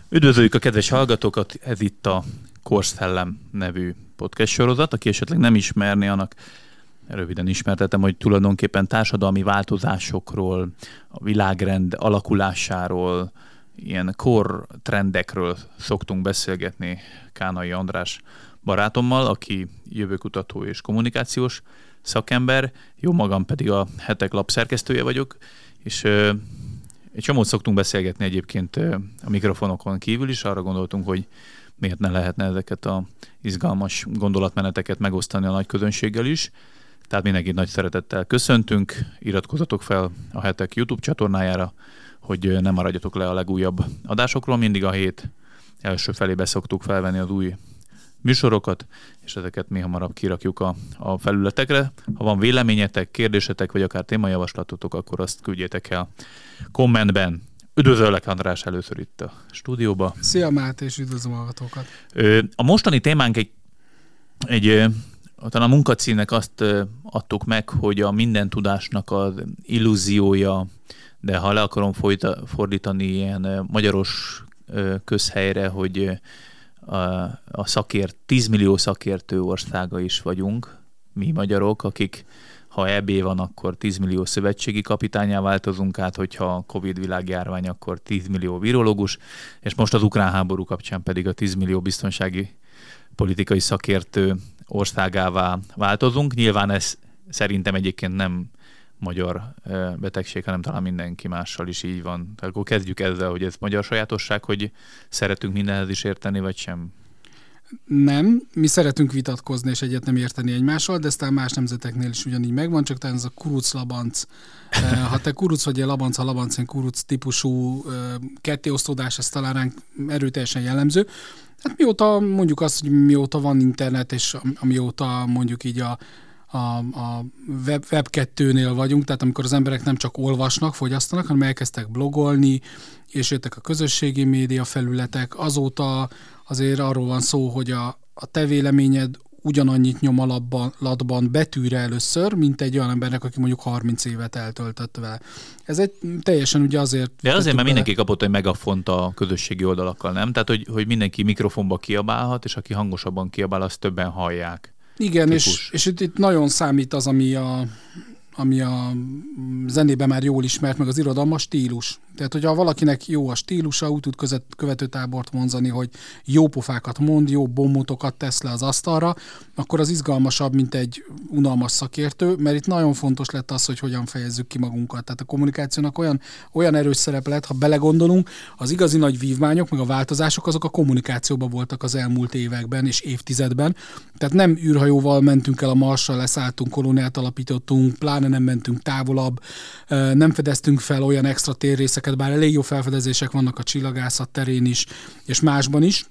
Üdvözöljük a kedves hallgatókat, ez itt a Korszellem nevű podcast sorozat. Aki esetleg nem ismerné, annak röviden ismertetem, hogy tulajdonképpen társadalmi változásokról, a világrend alakulásáról, ilyen kortrendekről szoktunk beszélgetni Kánai András barátommal, aki jövőkutató és kommunikációs szakember, jó magam pedig a Hetek Lap szerkesztője vagyok, és egy csomót szoktunk beszélgetni egyébként a mikrofonokon kívül is, arra gondoltunk, hogy miért ne lehetne ezeket az izgalmas gondolatmeneteket megosztani a nagy közönséggel is. Tehát mindenkit nagy szeretettel köszöntünk, iratkozzatok fel a Hetek YouTube csatornájára, hogy ne maradjatok le a legújabb adásokról. Mindig a hét első felébe szoktuk felvenni az új műsorokat, és ezeket mi hamarabb kirakjuk a felületekre. Ha van véleményetek, kérdésetek, vagy akár témajavaslatotok, akkor azt küldjétek el kommentben. Üdvözöllek, András, először itt a stúdióba. Szia, Máté, és üdvözlöm a hallgatókat. A mostani témánk talán a munkacímnek azt adtuk meg, hogy a minden tudásnak az illúziója, de ha le akarom fordítani ilyen magyaros közhelyre, hogy a 10 millió szakértő országa is vagyunk, mi magyarok, akik ha EB van, akkor 10 millió szövetségi kapitányá változunk át, hogyha Covid világjárvány, akkor 10 millió virológus, és most az ukrán háború kapcsán pedig a 10 millió biztonsági politikai szakértő országává változunk. Nyilván ez szerintem egyébként nem magyar betegség, hanem talán mindenki mással is így van. Tehát akkor kezdjük ezzel, hogy ez magyar sajátosság, hogy szeretünk mindenhez is érteni, vagy sem? Nem, mi szeretünk vitatkozni és egyet nem érteni egymással, de ez talán más nemzeteknél is ugyanígy megvan, csak talán ez a kuruc-labanc. Ha te kuruc vagy labanc, ha labanc, én kuruc típusú kettéosztódás, ez talán ránk erőteljesen jellemző. Hát mióta mondjuk azt, hogy mióta van internet, és amióta mondjuk így a Web 2-nél vagyunk, tehát amikor az emberek nem csak olvasnak, fogyasztanak, hanem elkezdtek blogolni, és jöttek a közösségi média felületek, azóta azért arról van szó, hogy a te véleményed ugyanannyit nyom alatban betűre először, mint egy olyan embernek, aki mondjuk 30 évet eltöltött vele. Ez egy teljesen ugye azért... De azért, mert mindenki kapott egy megafont a közösségi oldalakkal, nem? Tehát, hogy mindenki mikrofonba kiabálhat, és aki hangosabban kiabál, azt többen hallják. Igen, és itt nagyon számít az, ami a zenében már jól ismert, meg az irodalom, a stílus. Tehát, hogyha valakinek jó a stílusa, úgy tud követőtábort vonzani, hogy jó pofákat mond, jó bombotokat tesz le az asztalra, akkor az izgalmasabb, mint egy unalmas szakértő, mert itt nagyon fontos lett az, hogy hogyan fejezzük ki magunkat. Tehát a kommunikációnak olyan erős szerep lett, ha belegondolunk, az igazi nagy vívmányok, meg a változások, azok a kommunikációban voltak az elmúlt években és évtizedben. Tehát nem űrhajóval mentünk el a Marsra, leszálltunk, kolóniát alapítottunk, pláne nem mentünk távolabb, nem fedeztünk fel olyan extra térrészeket, bár elég jó felfedezések vannak a csillagászat terén is, és másban is,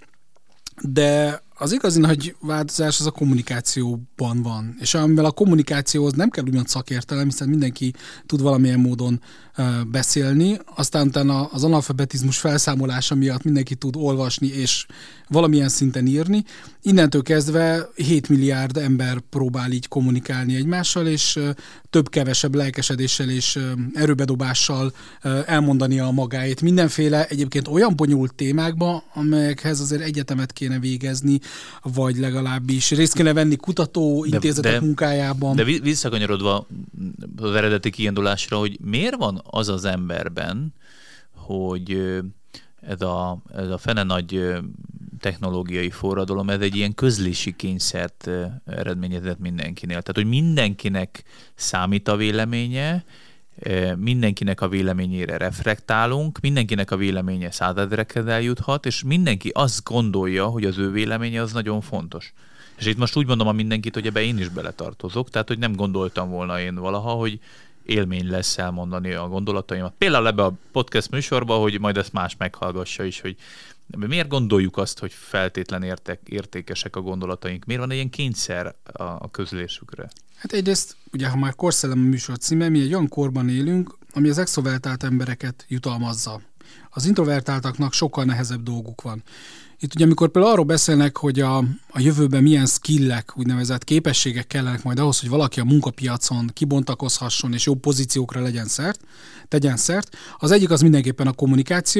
de az igazi nagy változás az a kommunikációban van. És amivel a kommunikációhoz nem kell úgymond szakértelem, hiszen mindenki tud valamilyen módon beszélni, aztán utána az analfabetizmus felszámolása miatt mindenki tud olvasni és valamilyen szinten írni. Innentől kezdve 7 milliárd ember próbál így kommunikálni egymással, és több-kevesebb lelkesedéssel és erőbedobással elmondani a magáét. Mindenféle egyébként olyan bonyolult témákba, amelyekhez azért egyetemet kéne végezni, vagy legalábbis részt kéne venni kutatóintézetek munkájában. De visszakanyarodva az eredeti kiindulásra, hogy miért van az az emberben, hogy ez a fene nagy technológiai forradalom, ez egy ilyen közlési kényszert eredményezett mindenkinél. Tehát, hogy mindenkinek számít a véleménye, mindenkinek a véleményére reflektálunk, mindenkinek a véleménye százezrekhez eljuthat, és mindenki azt gondolja, hogy az ő véleménye az nagyon fontos. És itt most úgy mondom a mindenkit, hogy ebbe én is beletartozok, tehát, hogy nem gondoltam volna én valaha, hogy élmény lesz elmondani a gondolataimat. Például ebbe a podcast műsorba, hogy majd ezt más meghallgassa is, hogy miért gondoljuk azt, hogy feltétlen értékesek a gondolataink? Miért van egy ilyen kényszer a közlésükre? Hát egyrészt, ugye ha már Korszellem a műsor címe, mi egy olyan korban élünk, ami az extrovertált embereket jutalmazza. Az introvertáltaknak sokkal nehezebb dolguk van. Itt ugye amikor például arról beszélnek, hogy a jövőben milyen skillek, úgynevezett képességek kellenek majd ahhoz, hogy valaki a munkapiacon kibontakozhasson és jó pozíciókra tegyen szert, az egyik az mindenképpen a kommunikáció,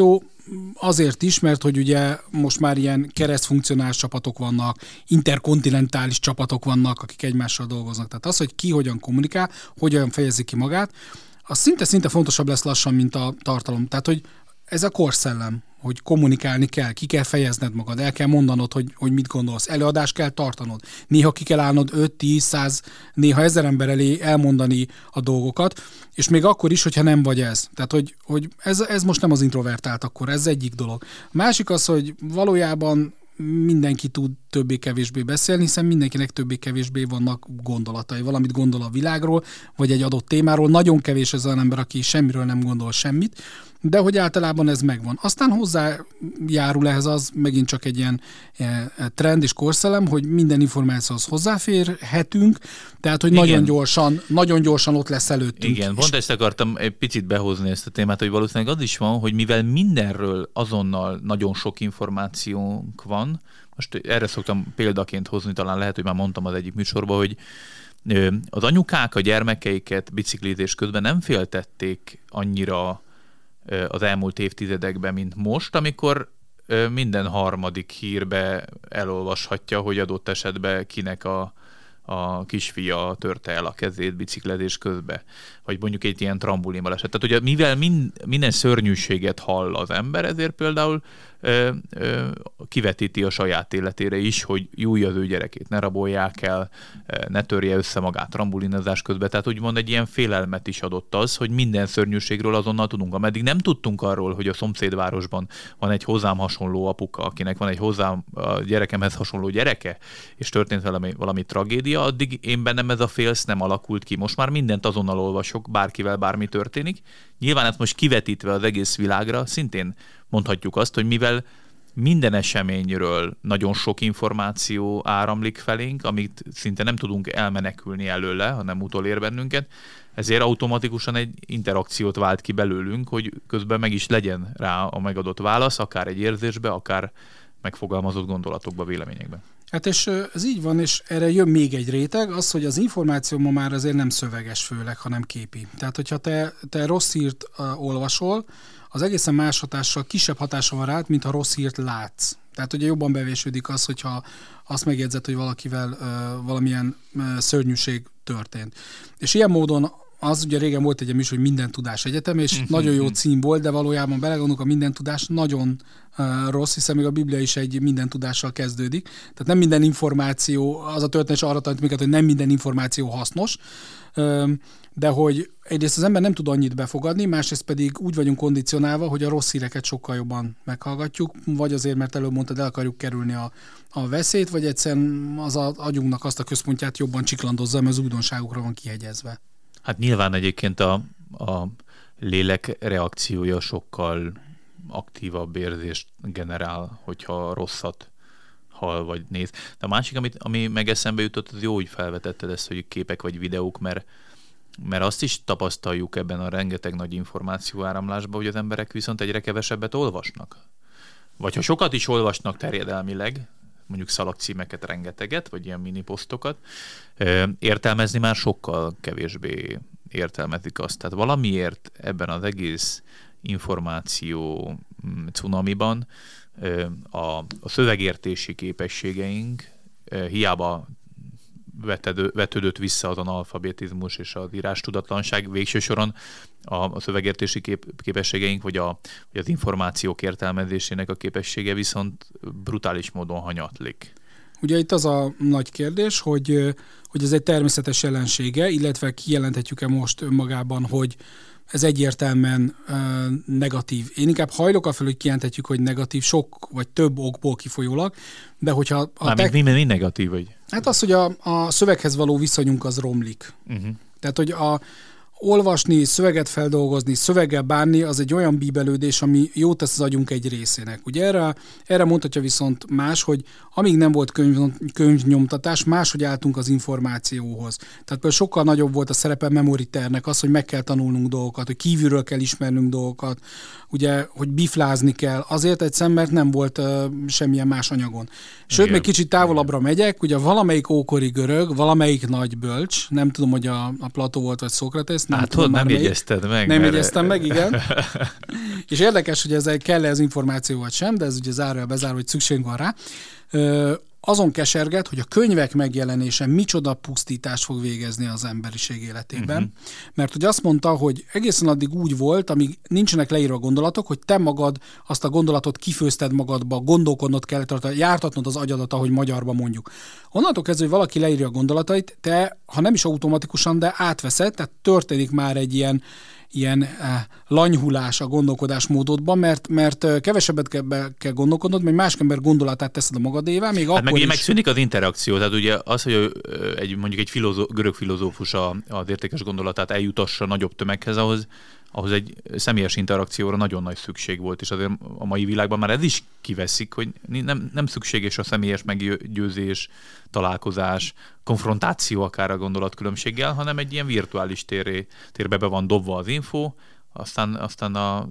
azért is, mert hogy ugye most már ilyen keresztfunkcionális csapatok vannak, interkontinentális csapatok vannak, akik egymással dolgoznak. Tehát az, hogy ki hogyan kommunikál, hogyan fejezi ki magát, az szinte fontosabb lesz lassan, mint a tartalom. Tehát, hogy ez a korszellem, hogy kommunikálni kell, ki kell fejezned magad, el kell mondanod, hogy mit gondolsz, előadást kell tartanod. Néha ki kell állnod 5-10-100, néha 1000 ember elé elmondani a dolgokat, és még akkor is, hogyha nem vagy ez. Tehát, hogy ez most nem az introvertált akkor, ez egyik dolog. A másik az, hogy valójában mindenki tud többé-kevésbé beszélni, hiszen mindenkinek többé-kevésbé vannak gondolatai. Valamit gondol a világról, vagy egy adott témáról. Nagyon kevés az olyan ember, aki semmiről nem gondol semmit, de hogy általában ez megvan. Aztán hozzájárul ehhez az megint csak egy ilyen trend és korszellem, hogy minden információhoz hozzáférhetünk, tehát hogy nagyon gyorsan ott lesz előttünk. Igen, pont ezt akartam egy picit behozni ezt a témát, hogy valószínűleg az is van, hogy mivel mindenről azonnal nagyon sok információnk van, most erre szoktam példaként hozni, talán lehet, hogy már mondtam az egyik műsorban, hogy az anyukák a gyermekeiket biciklizés közben nem féltették annyira az elmúlt évtizedekben, mint most, amikor minden harmadik hírbe elolvashatja, hogy adott esetben kinek a kisfia törte el a kezét biciklezés közben, vagy mondjuk egy ilyen trambulinbaleset. Tehát ugye mivel minden szörnyűséget hall az ember, ezért például kivetíti a saját életére is, hogy júj, az ő gyerekét ne rabolják el, ne törje össze magát trambulinozás közben. Tehát úgymond egy ilyen félelmet is adott az, hogy minden szörnyűségről azonnal tudunk. Ameddig nem tudtunk arról, hogy a szomszédvárosban van egy hozzám hasonló apuka, akinek van egy a gyerekemhez hasonló gyereke, és történt valami tragédia, addig én bennem ez a félsz nem alakult ki. Most már mindent azonnal olvasok, bárkivel bármi történik. Nyilván ezt most kivetítve az egész világra, szintén mondhatjuk azt, hogy mivel minden eseményről nagyon sok információ áramlik felénk, amit szinte nem tudunk elmenekülni előle, hanem utolér bennünket, ezért automatikusan egy interakciót vált ki belőlünk, hogy közben meg is legyen rá a megadott válasz, akár egy érzésbe, akár megfogalmazott gondolatokba, véleményekben. Hát és ez így van, és erre jön még egy réteg, az, hogy az információ ma már azért nem szöveges főleg, hanem képi. Tehát, hogyha te rossz hírt olvasol, az egészen más hatással, kisebb hatása van rád, mint ha rossz hírt látsz. Tehát ugye jobban bevésődik az, hogyha azt megjegyzed, hogy valakivel valamilyen szörnyűség történt. És ilyen módon az ugye régen volt egy műsor, hogy Minden Tudás Egyetem, és nagyon jó cím volt, de valójában belegondolunk, a minden tudás nagyon rossz, hiszen még a Biblia is egy minden tudással kezdődik. Tehát nem minden információ, az a történet arra tanít minket, hogy nem minden információ hasznos, de hogy egyrészt az ember nem tud annyit befogadni, másrészt pedig úgy vagyunk kondicionálva, hogy a rossz híreket sokkal jobban meghallgatjuk, vagy azért, mert előbb mondtad, el akarjuk kerülni a veszélyt, vagy egyszerűen az agyunknak azt a központját jobban csiklandozza, mert az újdonságokra van kihegyezve. Hát nyilván egyébként a lélek reakciója sokkal aktívabb érzést generál, hogyha rosszat hall vagy néz. De a másik, ami meg eszembe jutott, az jó, hogy felvetetted ezt, hogy képek vagy videók, mert azt is tapasztaljuk ebben a rengeteg nagy információáramlásban, hogy az emberek viszont egyre kevesebbet olvasnak. Vagy ha sokat is olvasnak terjedelmileg, mondjuk szalagcímeket rengeteget, vagy ilyen mini posztokat, értelmezni már sokkal kevésbé értelmezik azt. Tehát valamiért ebben az egész információ cunamiban a szövegértési képességegeink hiába vetődött vissza az analfabetizmus és az írástudatlanság, végső soron a szövegértési képességeink, vagy az információk értelmezésének a képessége viszont brutális módon hanyatlik. Ugye itt az a nagy kérdés, hogy ez egy természetes jelensége, illetve kijelenthetjük-e most önmagában, hogy ez egyértelműen negatív. Én inkább hajlok afelől, hogy kijelenthetjük, hogy negatív, sok vagy több okból kifolyólag, de hogyha... Mi negatív vagy? Hát az, hogy a szöveghez való viszonyunk az romlik. Tehát, hogy olvasni, szöveget feldolgozni, szöveggel bánni, az egy olyan bíbelődés, ami jót tesz az agyunk egy részének. Ugye erre mondhatja viszont más, hogy amíg nem volt könyvnyomtatás, máshogy álltunk az információhoz. Tehát például sokkal nagyobb volt a szerepe memoriternek az, hogy meg kell tanulnunk dolgokat, hogy kívülről kell ismernünk dolgokat, ugye, hogy biflázni kell. Azért egyszerűen, mert nem volt semmilyen más anyagon. Sőt, még kicsit távolabbra megyek, ugye valamelyik ókori görög, valamelyik nagy bölcs, nem tudom, hogy a Plató volt vagy Szokratész, nem hát tudom nem már jegyezted meg. Nem jegyeztem meg, igen. És érdekes, hogy ez kell-e az információ vagy sem, de ez ugye zárva bezárva, hogy szükségünk van rá. Azon keserget, hogy a könyvek megjelenése micsoda pusztítást fog végezni az emberiség életében. Mert ugye azt mondta, hogy egészen addig úgy volt, amíg nincsenek leírva gondolatok, hogy te magad azt a gondolatot kifőzted magadba, gondolkodnod kellett, jártatnod az agyadat, ahogy magyarban mondjuk. Onnantól kezdve, hogy valaki leírja a gondolatait, te, ha nem is automatikusan, de átveszed, tehát történik már egy ilyen lanyhulás a gondolkodásmódodban, mert kevesebbet kell gondolkodnod, mert más ember gondolatát teszed a magadévá, még akkor is. Megszűnik az interakció, tehát ugye az, hogy mondjuk egy görög filozófus az értékes gondolatát eljutassa nagyobb tömeghez, ahhoz egy személyes interakcióra nagyon nagy szükség volt, és azért a mai világban már ez is kiveszik, hogy nem szükséges a személyes meggyőzés, találkozás, konfrontáció akár a gondolatkülönbséggel, hanem egy ilyen virtuális térbe be van dobva az info, aztán a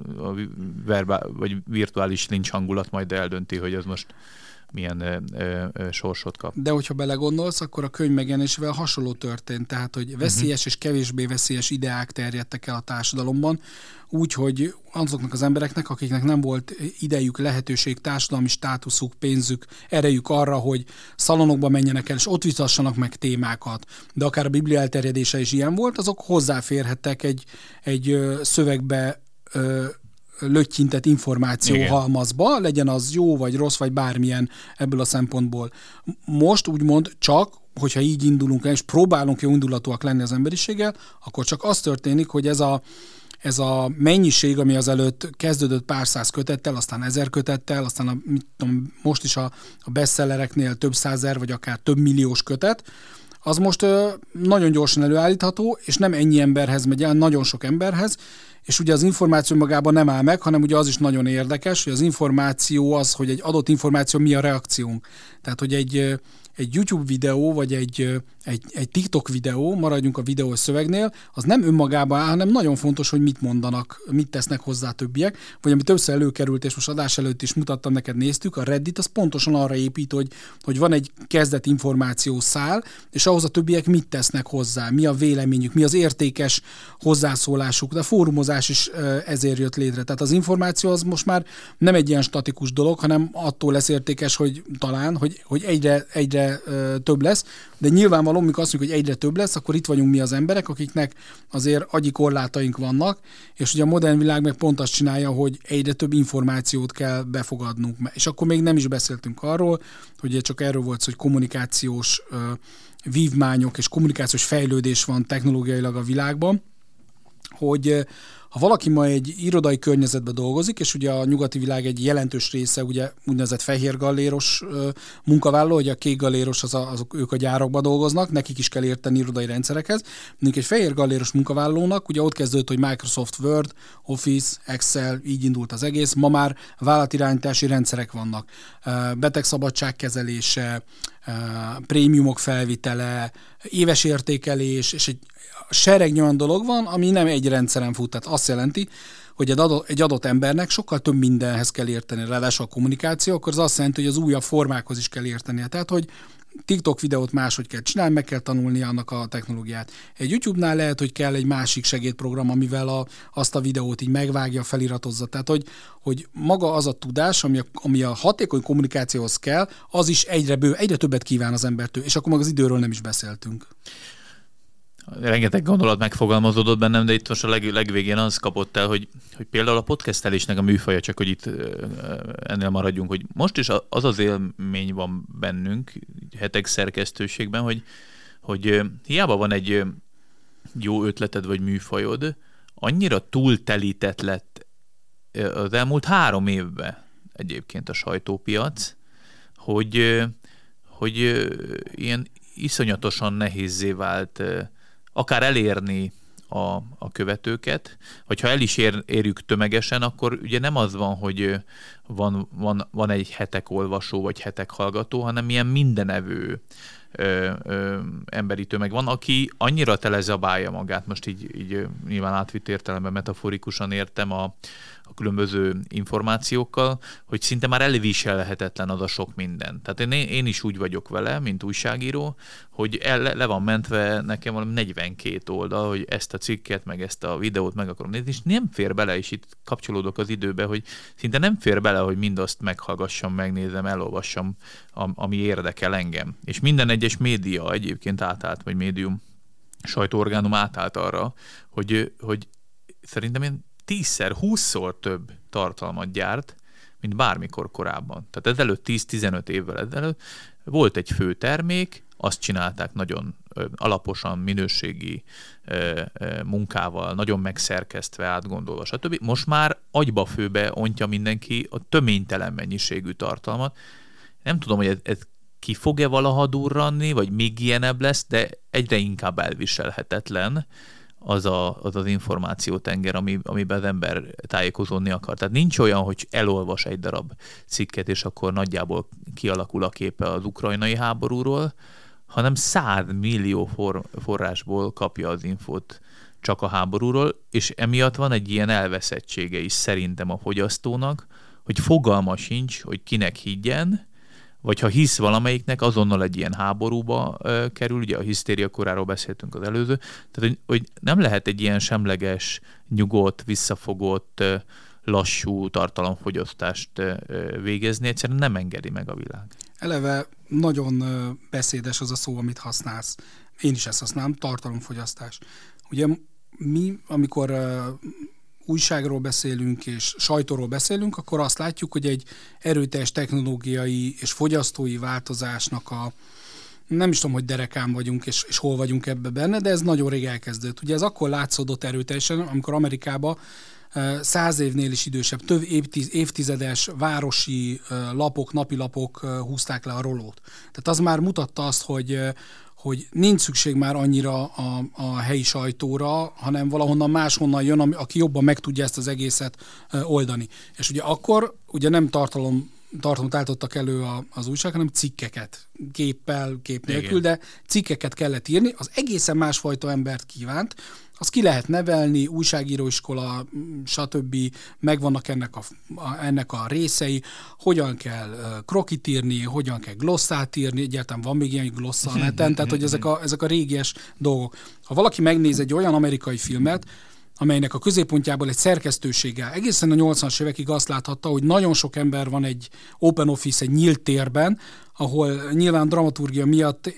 vagy virtuális lincs hangulat majd eldönti, hogy ez most milyen sorsot kap. De hogyha belegondolsz, akkor a könyv megjelenésével hasonló történt, tehát hogy veszélyes és kevésbé veszélyes ideák terjedtek el a társadalomban, úgyhogy azoknak az embereknek, akiknek nem volt idejük, lehetőség, társadalmi státuszuk, pénzük, erejük arra, hogy szalonokba menjenek el, és ott vitassanak meg témákat, de akár a Biblia elterjedése is ilyen volt, azok hozzáférhettek egy szövegbe löttyintett információhalmazba, legyen az jó, vagy rossz, vagy bármilyen ebből a szempontból. Most úgymond csak, hogyha így indulunk el, és próbálunk jó indulatúak lenni az emberiséggel, akkor csak az történik, hogy ez a mennyiség, ami azelőtt kezdődött pár száz kötettel, aztán 1000 kötettel, aztán most is a bestsellereknél több százezer, vagy akár több milliós kötet, az most nagyon gyorsan előállítható, és nem ennyi emberhez megy el, nagyon sok emberhez, és ugye az információ magában nem áll meg, hanem ugye az is nagyon érdekes, hogy az információ az, hogy egy adott információ mi a reakciónk. Tehát, hogy egy YouTube videó, vagy egy TikTok videó, maradjunk a videós szövegnél, az nem önmagában áll, hanem nagyon fontos, hogy mit mondanak, mit tesznek hozzá többiek, vagy ami többször előkerült, és most adás előtt is mutattam neked, néztük, a Reddit az pontosan arra épít, hogy van egy kezdet információ szál, és ahhoz a többiek mit tesznek hozzá, mi a véleményük, mi az értékes hozzászólásuk, de a fórumozás is ezért jött létre. Tehát az információ az most már nem egy ilyen statikus dolog, hanem attól lesz értékes, hogy talán, hogy egyre több lesz, de nyilvánvalóan, amikor azt mondjuk, hogy egyre több lesz, akkor itt vagyunk mi az emberek, akiknek azért agyi korlátaink vannak, és ugye a modern világ meg pont azt csinálja, hogy egyre több információt kell befogadnunk. És akkor még nem is beszéltünk arról, hogy csak erről volt szó, hogy kommunikációs vívmányok és kommunikációs fejlődés van technológiailag a világban, hogy ha valaki ma egy irodai környezetben dolgozik, és ugye a nyugati világ egy jelentős része ugye úgynevezett fehér galléros munkavállaló, hogy a kék galléros azok ők a gyárakban dolgoznak, nekik is kell érteni irodai rendszerekhez. Mondjuk egy fehér galléros munkavállalónak ugye ott kezdődött, hogy Microsoft Word, Office, Excel, így indult az egész. Ma már vállalatirányítási rendszerek vannak. Betegszabadság kezelése, prémiumok felvitele, éves értékelés, és egy seregnyi olyan dolog van, ami nem egy rendszeren fut. Tehát azt jelenti, hogy egy adott embernek sokkal több mindenhez kell érteni, ráadásul a kommunikáció, akkor az azt jelenti, hogy az újabb formákhoz is kell értenie. Tehát, hogy TikTok videót máshogy kell csinálni, meg kell tanulni annak a technológiát. Egy YouTube-nál lehet, hogy kell egy másik segédprogram, amivel azt a videót így megvágja, feliratozza. Tehát, hogy maga az a tudás, ami a hatékony kommunikációhoz kell, az is egyre többet kíván az embertől, és akkor meg az időről nem is beszéltünk. Rengeteg gondolat megfogalmazódott bennem, de itt most a legvégén az kapott el, hogy például a podcastelésnek a műfaja, csak hogy itt ennél maradjunk, hogy most is az élmény van bennünk, hetek szerkesztőségben, hogy hiába van egy jó ötleted vagy műfajod, annyira túltelített lett az elmúlt 3 évben egyébként a sajtópiac, hogy ilyen iszonyatosan nehézzé vált akár elérni a követőket, vagy ha el is érjük tömegesen, akkor ugye nem az van, hogy van egy hetek olvasó, vagy hetek hallgató, hanem ilyen mindenevő emberi tömeg van, aki annyira telezabálja magát, most így nyilván átvitt értelemben metaforikusan értem a különböző információkkal, hogy szinte már elviselhetetlen az a sok minden. Tehát én is úgy vagyok vele, mint újságíró, hogy le van mentve nekem valami 42 oldal, hogy ezt a cikket, meg ezt a videót meg akarom nézni, és nem fér bele, és itt kapcsolódok az időbe, hogy szinte nem fér bele, hogy mindazt meghallgassam, megnézem, elolvassam, ami érdekel engem. És minden egyes média egyébként átállt, vagy médium, sajtóorgánum átállt arra, hogy szerintem én 10-szer, 20-szor több tartalmat gyárt, mint bármikor korábban. Tehát ezelőtt 10-15 évvel ezelőtt volt egy fő termék, azt csinálták nagyon alaposan, minőségi munkával, nagyon megszerkesztve, átgondolva, stb. Most már agyba-főbe ontja mindenki a töménytelen mennyiségű tartalmat. Nem tudom, hogy ez ki fog-e valaha durranni, vagy még ilyenebb lesz, de egyre inkább elviselhetetlen az információtenger, amiben az ember tájékozódni akar. Tehát nincs olyan, hogy elolvas egy darab cikket, és akkor nagyjából kialakul a képe az ukrajnai háborúról, hanem 100 millió forrásból kapja az infót csak a háborúról, és emiatt van egy ilyen elveszettsége is szerintem a fogyasztónak, hogy fogalma sincs, hogy kinek higgyen, vagy ha hisz valamelyiknek, azonnal egy ilyen háborúba kerül, ugye a hisztéria koráról beszéltünk az előző, tehát hogy nem lehet egy ilyen semleges, nyugodt, visszafogott, lassú tartalomfogyasztást végezni, egyszerűen nem engedi meg a világ. Eleve nagyon beszédes az a szó, amit használsz. Én is ezt használom, tartalomfogyasztás. Ugye mi, amikor újságról beszélünk és sajtóról beszélünk, akkor azt látjuk, hogy egy erőteljes technológiai és fogyasztói változásnak nem is tudom, hogy derekán vagyunk, és hol vagyunk ebbe benne, de ez nagyon rég elkezdődött. Ugye ez akkor látszódott erőteljesen, amikor Amerikában 100 évnél is idősebb, több évtizedes városi lapok, napilapok húzták le a rolót. Tehát az már mutatta azt, hogy nincs szükség már annyira a helyi sajtóra, hanem valahonnan máshonnan jön, aki jobban meg tudja ezt az egészet oldani. És ugye akkor ugye nem tartalmat álltottak elő az újság, hanem cikkeket, kép nélkül, de cikkeket kellett írni. Az egészen másfajta embert kívánt, azt ki lehet nevelni, újságíróiskola, stb. Megvannak ennek a részei, hogyan kell krokit írni, hogyan kell glosszát írni, egyáltalán van még ilyen glosza a neten, tehát hogy ezek a régies dolgok. Ha valaki megnéz egy olyan amerikai filmet, amelynek a középpontjából egy szerkesztőséggel egészen a 80-as évekig azt láthatta, hogy nagyon sok ember van egy open office, egy nyílt térben, ahol nyilván dramaturgia miatt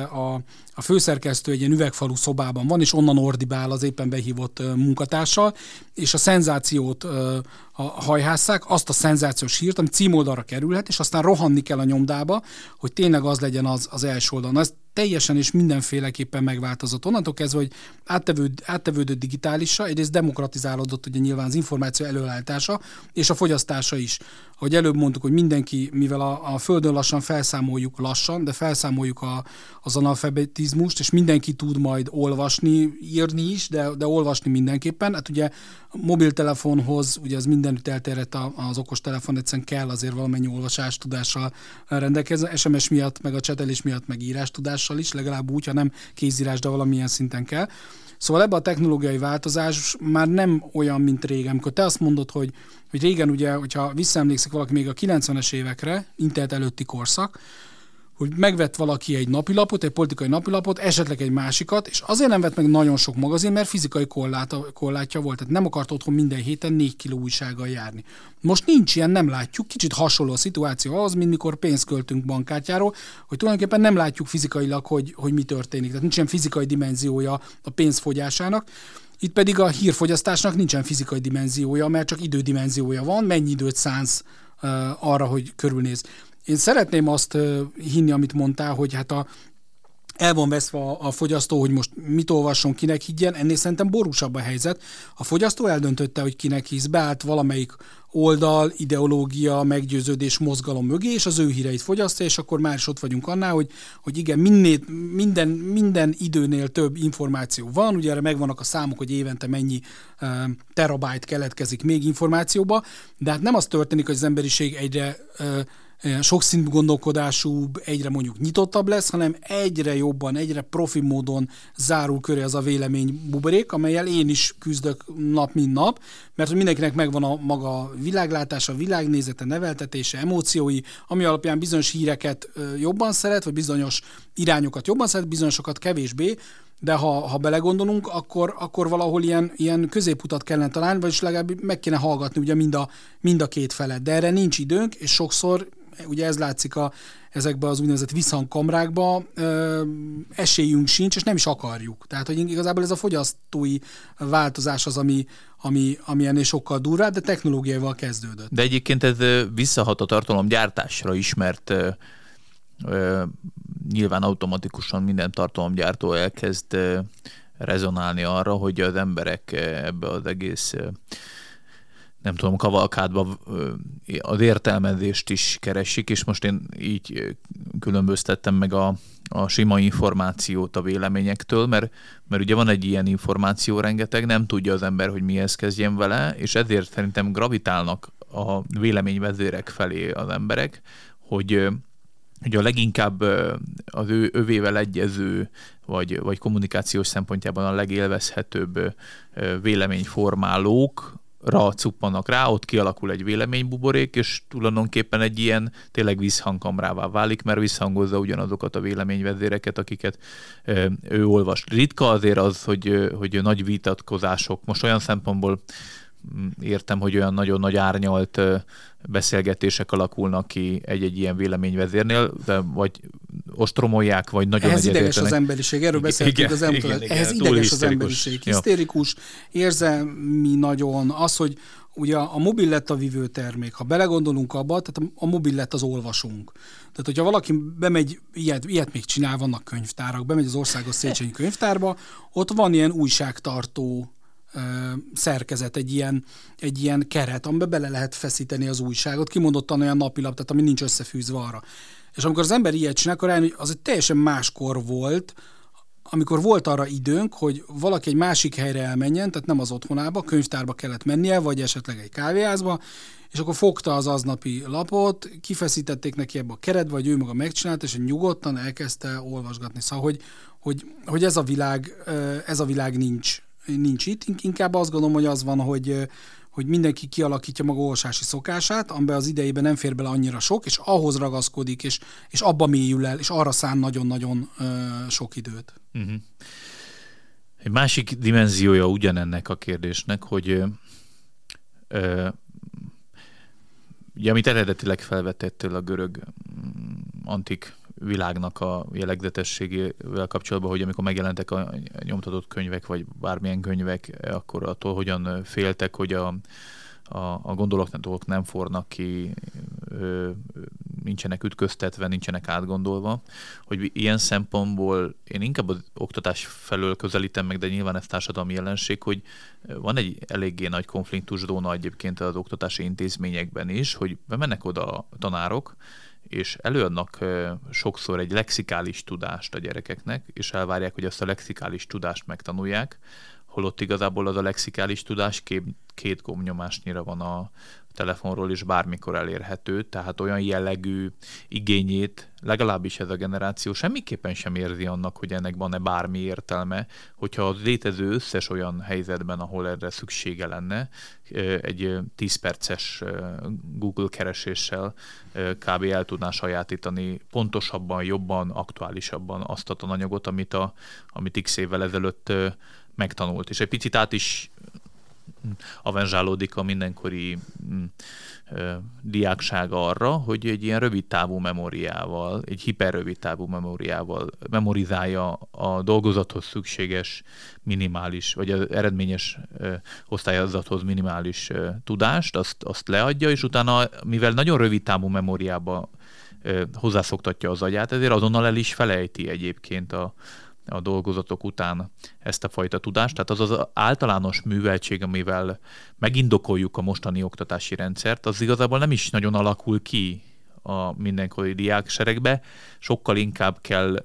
a főszerkesztő egy ilyen üvegfalú szobában van, és onnan ordibál az éppen behívott munkatársal, és a szenzációt hajhásszák, azt a szenzációs hírt, ami címoldalra kerülhet, és aztán rohanni kell a nyomdába, hogy tényleg az legyen az első oldalon. Ez teljesen és mindenféleképpen megváltozott. Onnantól kezdve, hogy áttevődött digitálisra, egyrészt demokratizálódott ugye nyilván az információ előállítása, és a fogyasztása is. Ahogy előbb mondtuk, hogy mindenki, mivel a Földön felszámoljuk az analfabetizmust, és mindenki tud majd olvasni, írni is, de olvasni mindenképpen. Hát ugye a mobiltelefonhoz, ugye az mindenütt elterjedt az okostelefon, egyszerűen kell azért valamennyi olvasástudással rendelkezni, SMS miatt, meg a csetelés miatt, meg írástudással is, legalább úgy, ha nem kézírás, de valamilyen szinten kell. Szóval ebben a technológiai változás már nem olyan, mint régen. Amikor te azt mondod, hogy régen ugye, hogyha visszaemlékszik valaki még a 90-es évekre, internet előtti korszak, hogy megvett valaki egy napilapot, egy politikai napilapot, esetleg egy másikat, és azért nem vett meg nagyon sok magazin, mert fizikai korlátja volt. Tehát nem akart otthon minden héten 4 kiló újsággal járni. Most nincs ilyen, nem látjuk. Kicsit hasonló a szituáció ahhoz, mint mikor pénzt költünk bankkártyáról, hogy tulajdonképpen nem látjuk fizikailag, hogy mi történik. Tehát nincs ilyen fizikai dimenziója a pénzfogyásának. Itt pedig a hírfogyasztásnak nincsen fizikai dimenziója, mert csak idődimenziója van, mennyi időt szánsz arra, hogy körülnéz. Én szeretném azt hinni, amit mondtál, hogy hát el van veszve a fogyasztó, hogy most mit olvasson, kinek higgyen, ennél szerintem borúsabb a helyzet. A fogyasztó eldöntötte, hogy kinek hisz, beállt valamelyik oldal, ideológia, meggyőződés, mozgalom mögé, és az ő híreit fogyasztja, és akkor már is ott vagyunk annál, hogy igen, minden időnél több információ van, ugye erre megvannak a számok, hogy évente mennyi terabájt keletkezik még információba, de hát nem az történik, hogy az emberiség egyre sokszintű gondolkodású, egyre mondjuk nyitottabb lesz, hanem egyre jobban, egyre profi módon zárul köré az a vélemény buborék, amellyel én is küzdök nap, mint nap, mert mindenkinek megvan a maga világlátása, világnézete, neveltetése, emóciói, ami alapján bizonyos híreket jobban szeret, vagy bizonyos irányokat jobban szeret, bizonyosokat kevésbé, de ha belegondolunk, akkor valahol ilyen középutat kellene találni, vagyis legalább meg kéne hallgatni ugye mind a két felet. De erre nincs időnk, és sokszor, ugye ez látszik ezekben az úgynevezett visszhangkamrákban, esélyünk sincs, és nem is akarjuk. Tehát, hogy igazából ez a fogyasztói változás az, ami ennél sokkal durvább, de technológiával kezdődött. De egyébként ez visszahat a tartalomgyártásra is, mert nyilván automatikusan minden tartalomgyártó elkezd rezonálni arra, hogy az emberek ebbe az egész nem tudom, kavalkádba az értelmezést is keresik, és most én így különböztettem meg a sima információt a véleményektől, mert ugye van egy ilyen információ rengeteg, nem tudja az ember, hogy mihez kezdjen vele, és ezért szerintem gravitálnak a véleményvezérek felé az emberek, hogy a leginkább az övével egyező, vagy kommunikációs szempontjában a legélvezhetőbb véleményformálókra cuppannak rá, ott kialakul egy véleménybuborék, és tulajdonképpen egy ilyen tényleg visszhangkamrává válik, mert visszhangozza ugyanazokat a véleményvezéreket, akiket ő olvas. Ritka azért az, hogy nagy vitatkozások, most olyan szempontból értem, hogy olyan nagyon nagy árnyalt beszélgetések alakulnak ki egy-egy ilyen véleményvezérnél, de vagy ostromolják, vagy nagyon ehhez ideges az emberiség, erről beszéltünk az elmúlt. Ehhez ideges az emberiség. Hisztérikus, érzelmi nagyon, az, hogy ugye a mobil lett a vívő termék. Ha belegondolunk abba, tehát a mobil lett az olvasónk. Tehát, hogyha valaki bemegy, ilyet még csinál, vannak könyvtárak, bemegy az Országos Széchenyi Könyvtárba, ott van ilyen újságtartó szerkezet, egy ilyen keret, amiben bele lehet feszíteni az újságot, kimondottan olyan napilap, tehát ami nincs összefűzve arra. És amikor az ember ilyet csinál, akkor rájön, hogy az egy teljesen máskor volt, amikor volt arra időnk, hogy valaki egy másik helyre elmenjen, tehát nem az otthonába, könyvtárba kellett mennie, vagy esetleg egy kávéházba, és akkor fogta az aznapi lapot, kifeszítették neki ebbe a keretbe, vagy ő maga megcsinálta, és nyugodtan elkezdte olvasgatni. Szóval, hogy ez a világ nincs itt. Inkább azt gondolom, hogy az van, hogy mindenki kialakítja maga olvasási szokását, amiben az idejében nem fér bele annyira sok, és ahhoz ragaszkodik, és abba mélyül el, és arra szán nagyon-nagyon sok időt. Uh-huh. Egy másik dimenziója ugyanennek a kérdésnek, hogy ugye, amit eredetileg felvetettél a görög antik világnak a jellegzetességével kapcsolatban, hogy amikor megjelentek a nyomtatott könyvek, vagy bármilyen könyvek, akkor attól hogyan féltek, hogy a gondolatok nem fornak ki, nincsenek ütköztetve, nincsenek átgondolva, hogy ilyen szempontból én inkább az oktatás felől közelítem meg, de nyilván ez társadalmi jelenség, hogy van egy eléggé nagy konfliktuszóna egyébként az oktatási intézményekben is, hogy bemennek oda a tanárok, és előadnak sokszor egy lexikális tudást a gyerekeknek, és elvárják, hogy azt a lexikális tudást megtanulják, holott igazából az a lexikális tudás két gombnyomásnyira van a telefonról, és bármikor elérhető, tehát olyan jellegű igényét legalábbis ez a generáció semmiképpen sem érzi annak, hogy ennek van-e bármi értelme, hogyha az létező összes olyan helyzetben, ahol erre szüksége lenne, egy 10 perces Google kereséssel kb. El tudná sajátítani pontosabban, jobban, aktuálisabban azt a tananyagot, amit x évvel ezelőtt megtanult. És egy picit át is avenzsálódik a mindenkori diákság arra, hogy egy ilyen rövidtávú memóriával, egy hiperrövidtávú memóriával memorizálja a dolgozathoz szükséges minimális, vagy az eredményes osztályzathoz minimális tudást, azt leadja, és utána, mivel nagyon rövidtávú memóriába hozzászoktatja az agyát, ezért azonnal el is felejti egyébként a dolgozatok után ezt a fajta tudást. Tehát az általános műveltség, amivel megindokoljuk a mostani oktatási rendszert, az igazából nem is nagyon alakul ki a mindenkori diákseregbe, sokkal inkább kell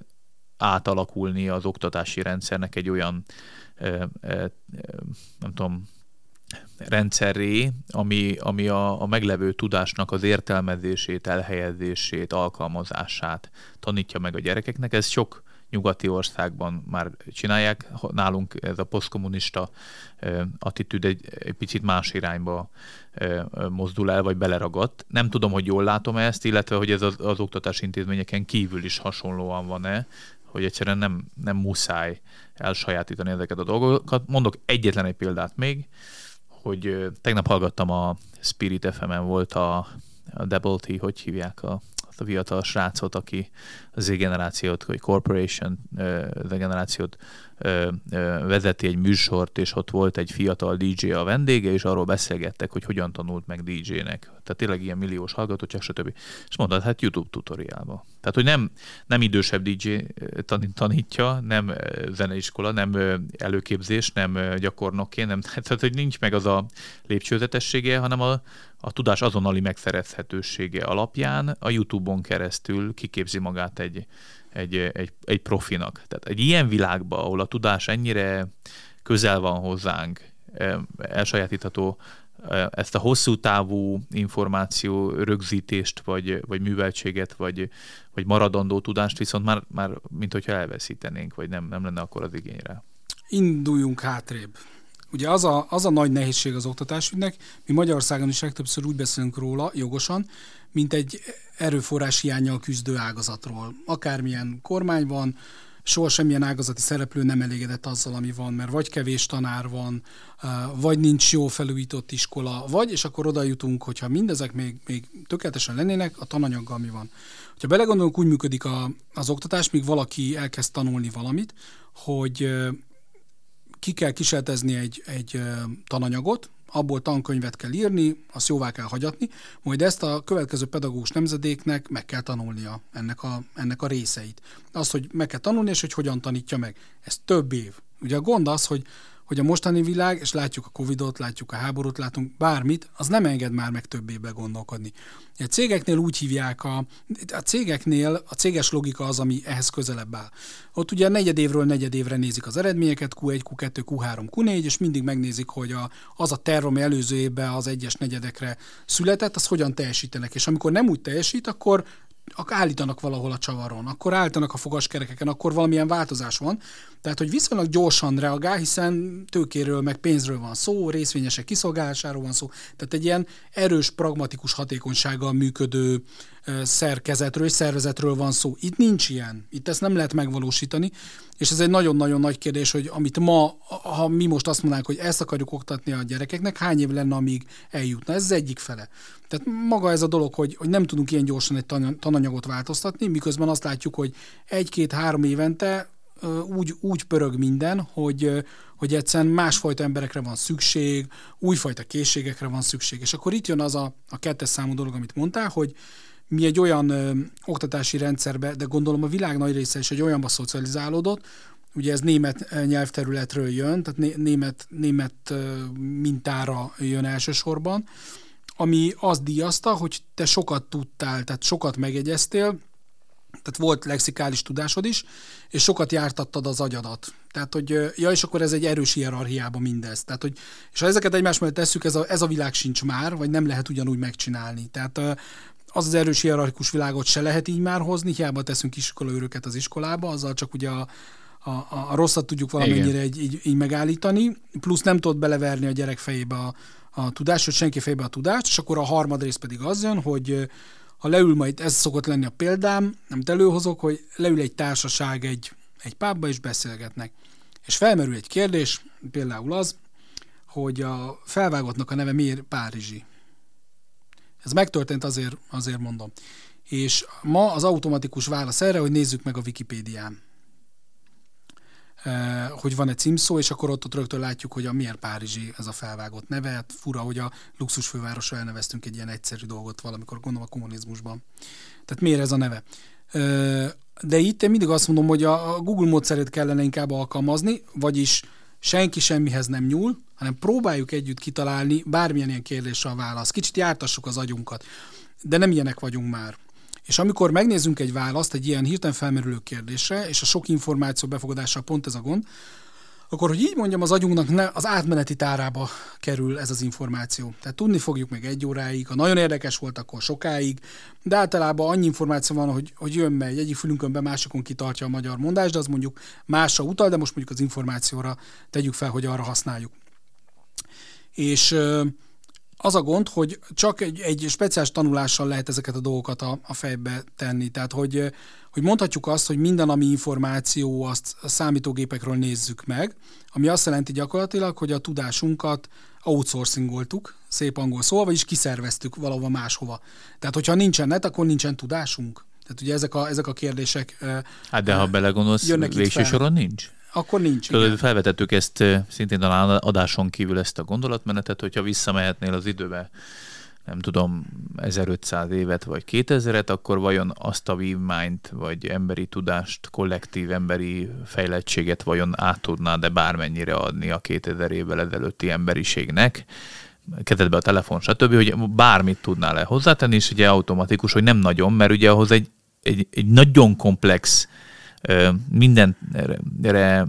átalakulni az oktatási rendszernek egy olyan, nem tudom, rendszerré, ami a meglevő tudásnak az értelmezését, elhelyezését, alkalmazását tanítja meg a gyerekeknek. Ez sok nyugati országban már csinálják. Nálunk ez a posztkommunista attitűd egy picit más irányba mozdul el, vagy beleragadt. Nem tudom, hogy jól látom ezt, illetve hogy ez az oktatási intézményeken kívül is hasonlóan van-e, hogy egyszerűen nem muszáj elsajátítani ezeket a dolgokat. Mondok egyetlen egy példát még, hogy tegnap hallgattam a Spirit FM-en volt a Double T, hogy hívják azt a fiatal srácot, aki az Z-generációt, vagy Corporation Z-generációt vezeti egy műsort, és ott volt egy fiatal DJ a vendége, és arról beszélgettek, hogy hogyan tanult meg DJ-nek. Tehát tényleg ilyen milliós hallgatóság, stb. És mondod, hát YouTube tutoriálba. Tehát, hogy nem idősebb DJ tanítja, nem zeneiskola, nem előképzés, nem gyakornokként, nem, tehát, hogy nincs meg az a lépcsőzetessége, hanem a tudás azonnali megszerezhetősége alapján a YouTube-on keresztül kiképzi magát egy profinak. Tehát egy ilyen világban, ahol a tudás ennyire közel van hozzánk, elsajátítható, ezt a hosszú távú információ rögzítést, vagy műveltséget, vagy maradandó tudást viszont már mint hogyha elveszítenénk, vagy nem lenne akkor az igényre. Induljunk hátrébb. Ugye az a nagy nehézség az oktatásügynek, mi Magyarországon is legtöbbször úgy beszélünk róla, jogosan, mint egy erőforrás hiánnyal küzdő ágazatról. Akármilyen kormány van, soha semmilyen ágazati szereplő nem elégedett azzal, ami van, mert vagy kevés tanár van, vagy nincs jó felújított iskola, vagy, és akkor oda jutunk, hogyha mindezek még tökéletesen lennének, a tananyaggal mi van. Ha belegondolunk, úgy működik az oktatás, míg valaki elkezd tanulni valamit, hogy ki kell kísérletezni egy tananyagot, abból tankönyvet kell írni, azt jóvá kell hagyatni, majd ezt a következő pedagógus nemzedéknek meg kell tanulnia ennek a részeit. Az, hogy meg kell tanulni, és hogy hogyan tanítja meg. Ez több év. Ugye a gond az, hogy a mostani világ, és látjuk a Covidot, látjuk a háborút, látunk bármit, az nem enged már meg több évbe gondolkodni. A cégeknél úgy hívják, a cégeknél a céges logika az, ami ehhez közelebb áll. Ott ugye negyedévről negyedévre nézik az eredményeket, Q1, Q2, Q3, Q4, és mindig megnézik, hogy az a terv, ami előző évben az egyes negyedekre született, az hogyan teljesítenek. És amikor nem úgy teljesít, akkor állítanak valahol a csavaron, akkor állítanak a fogaskerekeken, akkor valamilyen változás van. Tehát, hogy viszonylag gyorsan reagál, hiszen tőkéről meg pénzről van szó, részvényesek kiszolgálásáról van szó, tehát egy ilyen erős, pragmatikus hatékonysággal működő szerkezetről és szervezetről van szó. Itt nincs ilyen. Itt ezt nem lehet megvalósítani, és ez egy nagyon-nagyon nagy kérdés, hogy amit ha mi most azt mondanánk, hogy ezt akarjuk oktatni a gyerekeknek, hány év lenne, amíg eljutna? Ez az egyik fele. Tehát maga ez a dolog, hogy nem tudunk ilyen gyorsan egy tananyagot változtatni, miközben azt látjuk, hogy 1-2-3 évente úgy pörög minden, hogy egyszerűen másfajta emberekre van szükség, újfajta készségekre van szükség. És akkor itt jön az a 2. számú dolog, amit mondtál, hogy mi egy olyan oktatási rendszerbe, de gondolom a világ nagy része is egy olyanba szocializálódott, ugye ez német nyelvterületről jön, tehát német mintára jön elsősorban, ami azt díjazta, hogy te sokat tudtál, tehát sokat megegyeztél, tehát volt lexikális tudásod is, és sokat jártattad az agyadat. Tehát, hogy és akkor ez egy erős hierarchiában mindez. Tehát, hogy, és ha ezeket egymás mellett tesszük, ez a világ sincs már, vagy nem lehet ugyanúgy megcsinálni. Tehát az erős hierarchikus világot se lehet így már hozni, hiába teszünk iskolaőröket az iskolába, azzal csak ugye a rosszat tudjuk valamennyire így megállítani, plusz nem tudod beleverni a gyerek fejébe a tudást, vagy senki fejébe a tudást, és akkor a harmadrész pedig az jön, hogy ha leül majd, ez szokott lenni a példám, amit előhozok, hogy leül egy társaság egy pubba és beszélgetnek. És felmerül egy kérdés, például az, hogy a felvágottnak a neve miért Párizsi. Ez megtörtént, azért mondom. És ma az automatikus válasz erre, hogy nézzük meg a Wikipédián, hogy van egy címszó, és akkor ott rögtön látjuk, hogy a miért Párizsi ez a felvágott neve. Hát fura, hogy a luxusfővárosra elneveztünk egy ilyen egyszerű dolgot valamikor, gondolom a kommunizmusban. Tehát miért ez a neve? De itt én mindig azt mondom, hogy a Google módszerét kellene inkább alkalmazni, vagyis senki semmihez nem nyúl, hanem próbáljuk együtt kitalálni bármilyen ilyen kérdésre a választ. Kicsit jártassuk az agyunkat, de nem ilyenek vagyunk már. És amikor megnézzünk egy választ egy ilyen hirtelen felmerülő kérdésre, és a sok információ befogadással pont ez a gond, akkor, hogy így mondjam, az agyunknak az átmeneti tárába kerül ez az információ. Tehát tudni fogjuk meg 1 óráig, ha nagyon érdekes volt, akkor sokáig, de általában annyi információ van, hogy jön, megy, egyik fülünkön be, másikon kitartja a magyar mondás, de az mondjuk másra utal, de most mondjuk az információra tegyük fel, hogy arra használjuk. És az a gond, hogy csak egy speciális tanulással lehet ezeket a dolgokat a fejbe tenni. Tehát, hogy mondhatjuk azt, hogy minden, ami információ, azt a számítógépekről nézzük meg, ami azt jelenti gyakorlatilag, hogy a tudásunkat outsourcingoltuk, szép angol szóval, vagyis kiszerveztük valahova máshova. Tehát, hogyha nincsen net, akkor nincsen tudásunk. Tehát ugye ezek a kérdések hát de ha belegondolsz, végső soron nincs. Akkor nincs. Felvetettük ezt szintén talán adáson kívül ezt a gondolatmenetet, hogyha visszamehetnél az időbe, nem tudom, 1500 évet vagy 2000-et, akkor vajon azt a vívmányt, vagy emberi tudást, kollektív emberi fejlettséget vajon át tudnád-e bármennyire adni a 2000 évvel ezelőtti emberiségnek, kezedbe a telefon, stb., hogy bármit tudnál-e hozzátenni, és ugye automatikus, hogy nem nagyon, mert ugye ahhoz egy nagyon komplex mindenre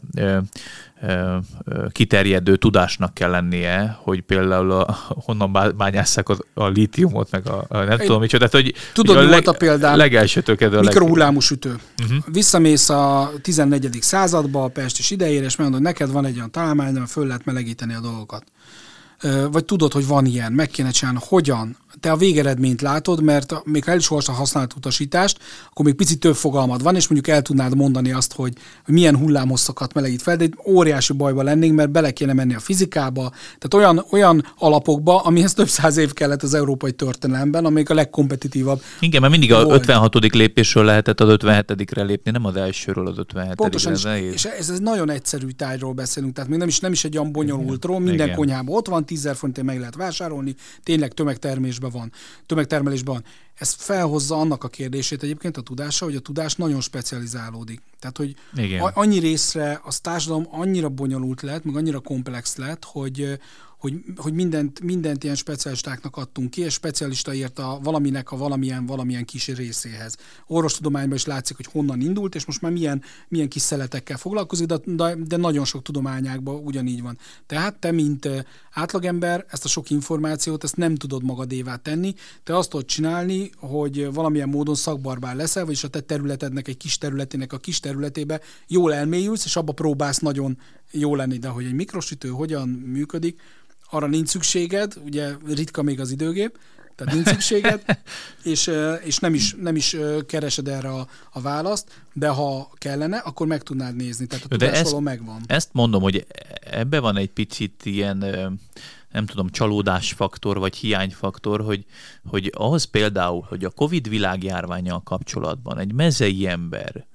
kiterjedő tudásnak kell lennie, hogy például honnan bányásszák a lítiumot, meg nem tudom micsoda. Tehát, hogy tudod, mi volt a példám? Legelsőtől kezdve mikrohullámú sütő. Visszamész a 14. századba, a Pest idejére, és megmondod, hogy neked van egy olyan találmány, amivel föl lehet melegíteni a dolgokat. Vagy tudod, hogy van ilyen, meg kéne csinálni. Hogyan? Te a végeredményt látod, mert még ha el is olvasd a használt utasítást, akkor még picit több fogalmad van, és mondjuk el tudnád mondani azt, hogy milyen hullámhosszakat melegít fel, de egy óriási bajba lennénk, mert bele kéne menni a fizikába, tehát olyan alapokba, amihez több száz év kellett az európai történelemben, amelyik a legkompetitívabb. Igen, mert mindig a 56. lépésről lehetett az 57-re lépni, nem az elsőről az 57-re. Pontosan, és ez nagyon egyszerű tájról beszélünk, tehát még nem is egy olyan bonyolultról, minden konyhában ott van, 10 000 forintért meg lehet vásárolni, tényleg tömegtermelésben van. Ez felhozza annak a kérdését egyébként a tudása, hogy a tudás nagyon specializálódik. Tehát, hogy annyi részre a társadalom annyira bonyolult lett, meg annyira komplex lett, hogy mindent ilyen specialistáknak adtunk ki, és specialista ért valaminek a valamilyen kis részéhez. Orvostudományban is látszik, hogy honnan indult, és most már milyen kis szeletekkel foglalkozik, de nagyon sok tudományákban ugyanígy van. Tehát te, mint átlagember, ezt a sok információt, ezt nem tudod magadévá tenni, te azt tudod csinálni, hogy valamilyen módon szakbarbár leszel, vagyis a te területednek egy kis területének a kis területébe jól elmélyülsz, és abba próbálsz nagyon jó lenni, de hogy egy mikrosütő hogyan működik, arra nincs szükséged, ugye ritka még az időgép, tehát nincs szükséged, és nem is keresed erre a választ, de ha kellene, akkor meg tudnád nézni, tehát a tudás való megvan. Ezt mondom, hogy ebbe van egy picit ilyen, nem tudom, csalódásfaktor, vagy hiányfaktor, hogy ahhoz például, hogy a Covid világjárvánnyal kapcsolatban egy mezei ember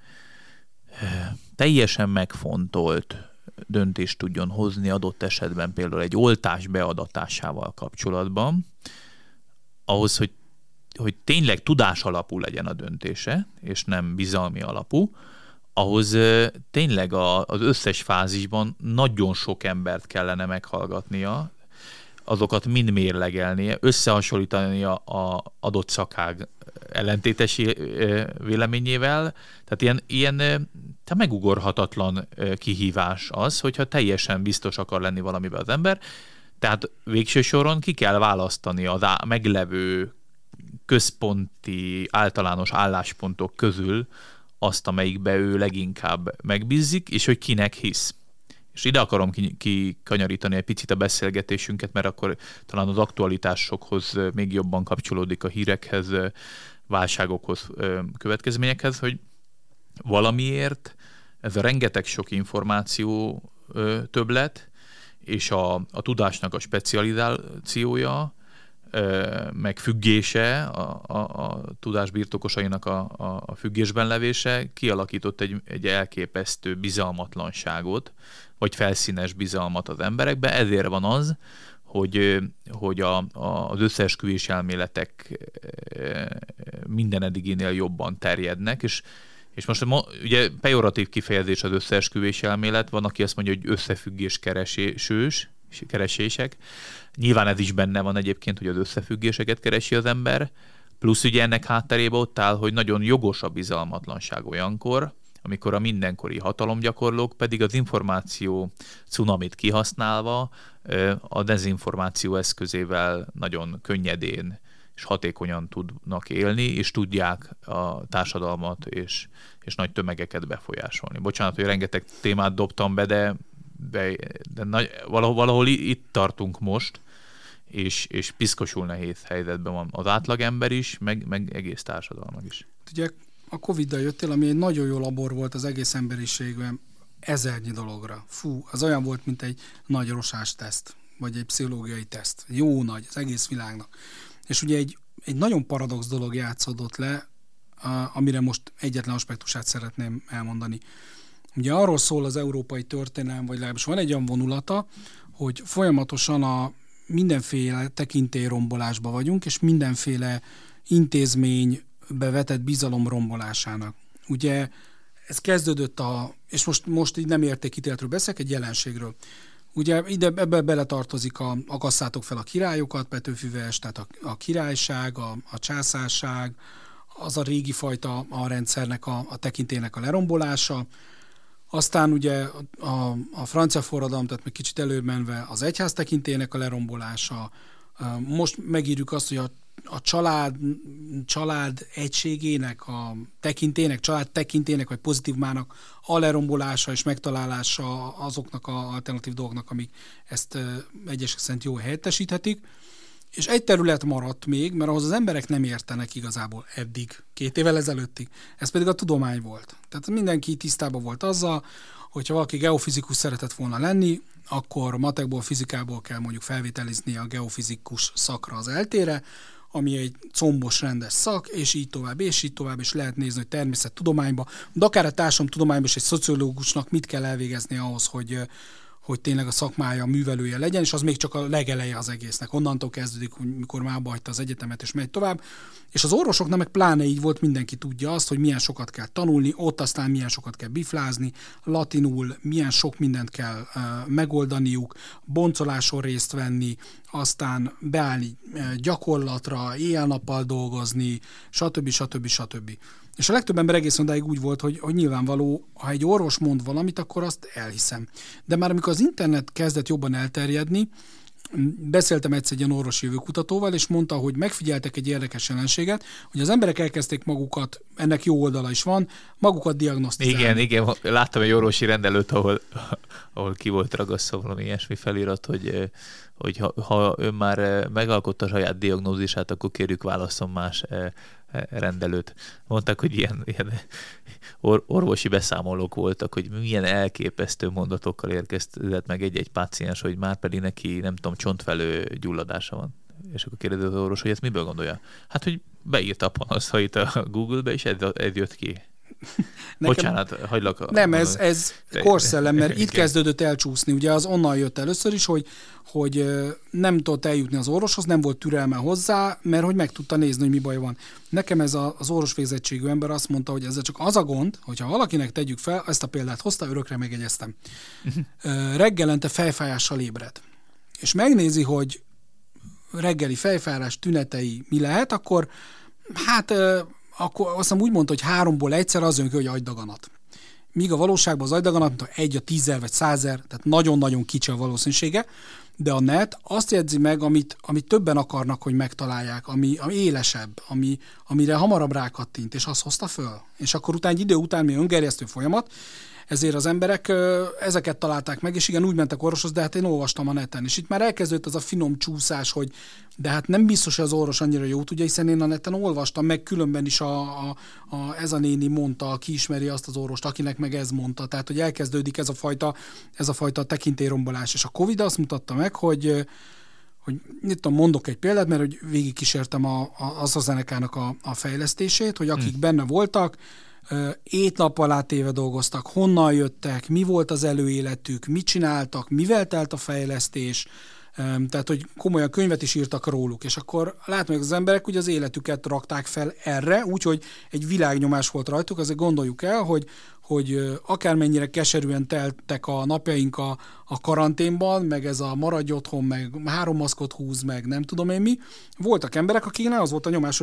teljesen megfontolt döntést tudjon hozni adott esetben például egy oltás beadatásával kapcsolatban, ahhoz, hogy tényleg tudás alapú legyen a döntése, és nem bizalmi alapú, ahhoz tényleg az összes fázisban nagyon sok embert kellene meghallgatnia, azokat mind mérlegelnie, összehasonlítania az adott szakág ellentétes véleményével. Tehát ilyen megugorhatatlan kihívás az, hogyha teljesen biztos akar lenni valamiben az ember. Tehát végső soron ki kell választani az meglevő központi általános álláspontok közül azt, amelyikbe ő leginkább megbízik, és hogy kinek hisz. És ide akarom kikanyarítani egy picit a beszélgetésünket, mert akkor talán az aktualitásokhoz még jobban kapcsolódik, a hírekhez, válságokhoz, következményekhez, hogy valamiért ez a rengeteg sok információ többlet, és a tudásnak a specializációja, meg függése, a tudás birtokosainak a függésben levése kialakított egy elképesztő bizalmatlanságot, vagy felszínes bizalmat az emberekbe. Ezért van az, hogy az összeesküvés elméletek minden eddiginél jobban terjednek, és most ugye pejoratív kifejezés az összeesküvés elmélet, van, aki azt mondja, hogy összefüggés keresések. Nyilván ez is benne van egyébként, hogy az összefüggéseket keresi az ember, plusz ugye ennek hátterében ott áll, hogy nagyon jogos a bizalmatlanság olyankor, amikor a mindenkori hatalomgyakorlók pedig az információ cunamit kihasználva a dezinformáció eszközével nagyon könnyedén és hatékonyan tudnak élni, és tudják a társadalmat és nagy tömegeket befolyásolni. Bocsánat, hogy rengeteg témát dobtam be, de valahol itt tartunk most, és piszkosul nehéz helyzetben van az átlagember is, meg egész társadalmak is. Ugye a Covid-dal jöttél, ami egy nagyon jó labor volt az egész emberiségben, ezernyi dologra. Fú, az olyan volt, mint egy nagy rosás teszt, vagy egy pszichológiai teszt. Jó nagy, az egész világnak. És ugye egy nagyon paradox dolog játszódott le, amire most egyetlen aspektusát szeretném elmondani. Ugye arról szól az európai történelem, vagy legalábbis van egy olyan vonulata, hogy folyamatosan a mindenféle tekintélyrombolásba vagyunk, és mindenféle intézménybe vetett bizalom rombolásának. Ugye ez kezdődött és most így nem értékítéletről beszélek, egy jelenségről. Ugye ebbe beletartozik akasszátok fel a királyokat, Petőfives, tehát a királyság, a császárság, az a régi fajta a rendszernek, a tekintélynek a lerombolása. Aztán ugye a francia forradalom, tehát még kicsit előbb menve az egyház tekintélynek a lerombolása. Most megírjuk azt, hogy a család egységének, a tekintélynek, család tekintélynek, vagy pozitívmának a lerombolása és megtalálása azoknak az alternatív dolgoknak, amik ezt egyesek szerint jól helyettesíthetik. És egy terület maradt még, mert ahhoz az emberek nem értenek igazából eddig, 2 évvel ezelőttig. Ez pedig a tudomány volt. Tehát mindenki tisztában volt azzal, hogyha valaki geofizikus szeretett volna lenni, akkor matekból, fizikából kell mondjuk felvételizni a geofizikus szakra az eltére, ami egy combos, rendes szak, és így tovább, és lehet nézni, hogy természettudományban, de akár a társadalomtudományban is egy szociológusnak mit kell elvégezni ahhoz, hogy tényleg a szakmája művelője legyen, és az még csak a legeleje az egésznek. Onnantól kezdődik, hogy mikor már hagyta az egyetemet, és megy tovább. És az orvosoknak meg pláne így volt, mindenki tudja azt, hogy milyen sokat kell tanulni, ott aztán milyen sokat kell biflázni, latinul, milyen sok mindent kell megoldaniuk, boncoláson részt venni, aztán beállni gyakorlatra, éjjel-nappal dolgozni, stb. És a legtöbb ember egész odáig úgy volt, hogy nyilvánvaló, ha egy orvos mond valamit, akkor azt elhiszem. De már amikor az internet kezdett jobban elterjedni, beszéltem egyszer egy ilyen orvosi jövőkutatóval, és mondta, hogy megfigyeltek egy érdekes jelenséget, hogy az emberek elkezdték magukat, ennek jó oldala is van, magukat diagnosztizálni. Igen, láttam egy orvosi rendelőt, ahol ki volt ragasztva valami ilyesmi felirat, hogy ha ön már megalkotta saját diagnózisát, akkor kérjük válasszon más rendelőt. Mondták, hogy ilyen orvosi beszámolók voltak, hogy milyen elképesztő mondatokkal érkezett meg egy-egy páciens, hogy már pedig neki, nem tudom, csontvelő gyulladása van. És akkor kérdezi az orvos, hogy ezt miből gondolja? Hát, hogy beírta a panaszait a Google-be, és ez jött ki. Bocsánat, hagylak. Nem, ez korszellem, mert itt kezdődött elcsúszni. Ugye az onnan jött először is, hogy nem tudott eljutni az orvoshoz, nem volt türelme hozzá, mert hogy meg tudta nézni, hogy mi baj van. Nekem ez az orvos végzettségű ember azt mondta, hogy ezzel csak az a gond, hogyha valakinek tegyük fel, ezt a példát hozta, örökre megjegyeztem. Reggelente fejfájással ébred. És megnézi, hogy reggeli fejfájás tünetei mi lehet, akkor azt hiszem úgy mondta, hogy 3-ból egyszer az jön ki, hogy agydaganat. Míg a valóságban az agydaganat 1 a 10.000 vagy 100.000, tehát nagyon-nagyon kicsi a valószínűsége, de a net azt jegyzi meg, amit többen akarnak, hogy megtalálják, ami élesebb, amire hamarabb rákattint, és azt hozta föl. És akkor utána egy idő után mi öngerjesztő folyamat, ezért az emberek ezeket találták meg, és igen, úgy mentek orvoshoz, de hát én olvastam a neten. És itt már elkezdődött az a finom csúszás, hogy de hát nem biztos, hogy az orvos annyira jó tudja, hiszen én a neten olvastam, meg különben is ez a néni mondta, aki ismeri azt az orvost, akinek meg ez mondta. Tehát, hogy elkezdődik ez a fajta tekintélyrombolás. És a Covid azt mutatta meg, hogy mit tudom, mondok egy példát, mert hogy végigkísértem az AstraZeneca-nak a fejlesztését, hogy akik benne voltak, étlap alá téve dolgoztak, honnan jöttek, mi volt az előéletük, mit csináltak, mivel telt a fejlesztés, tehát, hogy komolyan könyvet is írtak róluk, és akkor látom, hogy az emberek ugye az életüket rakták fel erre, úgyhogy egy világnyomás volt rajtuk, azért gondoljuk el, hogy akármennyire keserűen teltek a napjaink a karanténban, meg ez a maradj otthon, meg 3 maszkot húz, meg nem tudom én mi, voltak emberek, akiknek az volt a nyomás, hogy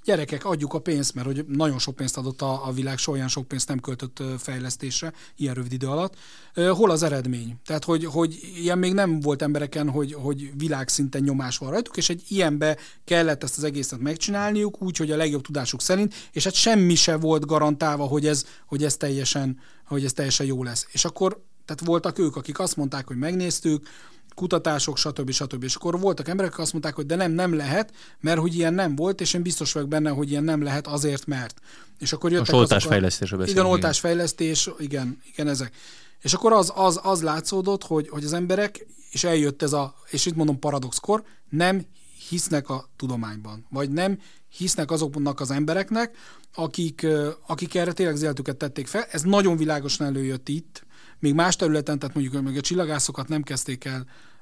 gyerekek, adjuk a pénzt, mert hogy nagyon sok pénzt adott a világ, soha olyan sok pénzt nem költött fejlesztésre, ilyen rövid idő alatt. Hol az eredmény? Tehát, hogy ilyen még nem volt embereken, hogy világszinten nyomás van rajtuk, és egy ilyenbe kellett ezt az egészet megcsinálniuk, úgy, hogy a legjobb tudásuk szerint, és hát semmi se volt garantálva, hogy ez teljesen jó lesz. És akkor, tehát voltak ők, akik azt mondták, hogy megnéztük, kutatások, stb. És akkor voltak emberek, akik azt mondták, hogy de nem lehet, mert hogy ilyen nem volt, és én biztos vagyok benne, hogy ilyen nem lehet azért, mert. És akkor jöttek oltásfejlesztésről beszélünk. Igen, oltásfejlesztés, igen, ezek. És akkor az látszódott, hogy az emberek, és eljött ez és itt mondom paradoxkor, nem hisznek a tudományban, vagy nem hisznek azoknak az embereknek, akik erre tényleg az életüket tették fel. Ez nagyon világosan előjött itt, még más területen, tehát mondjuk még a csillagászokat nem kezdték el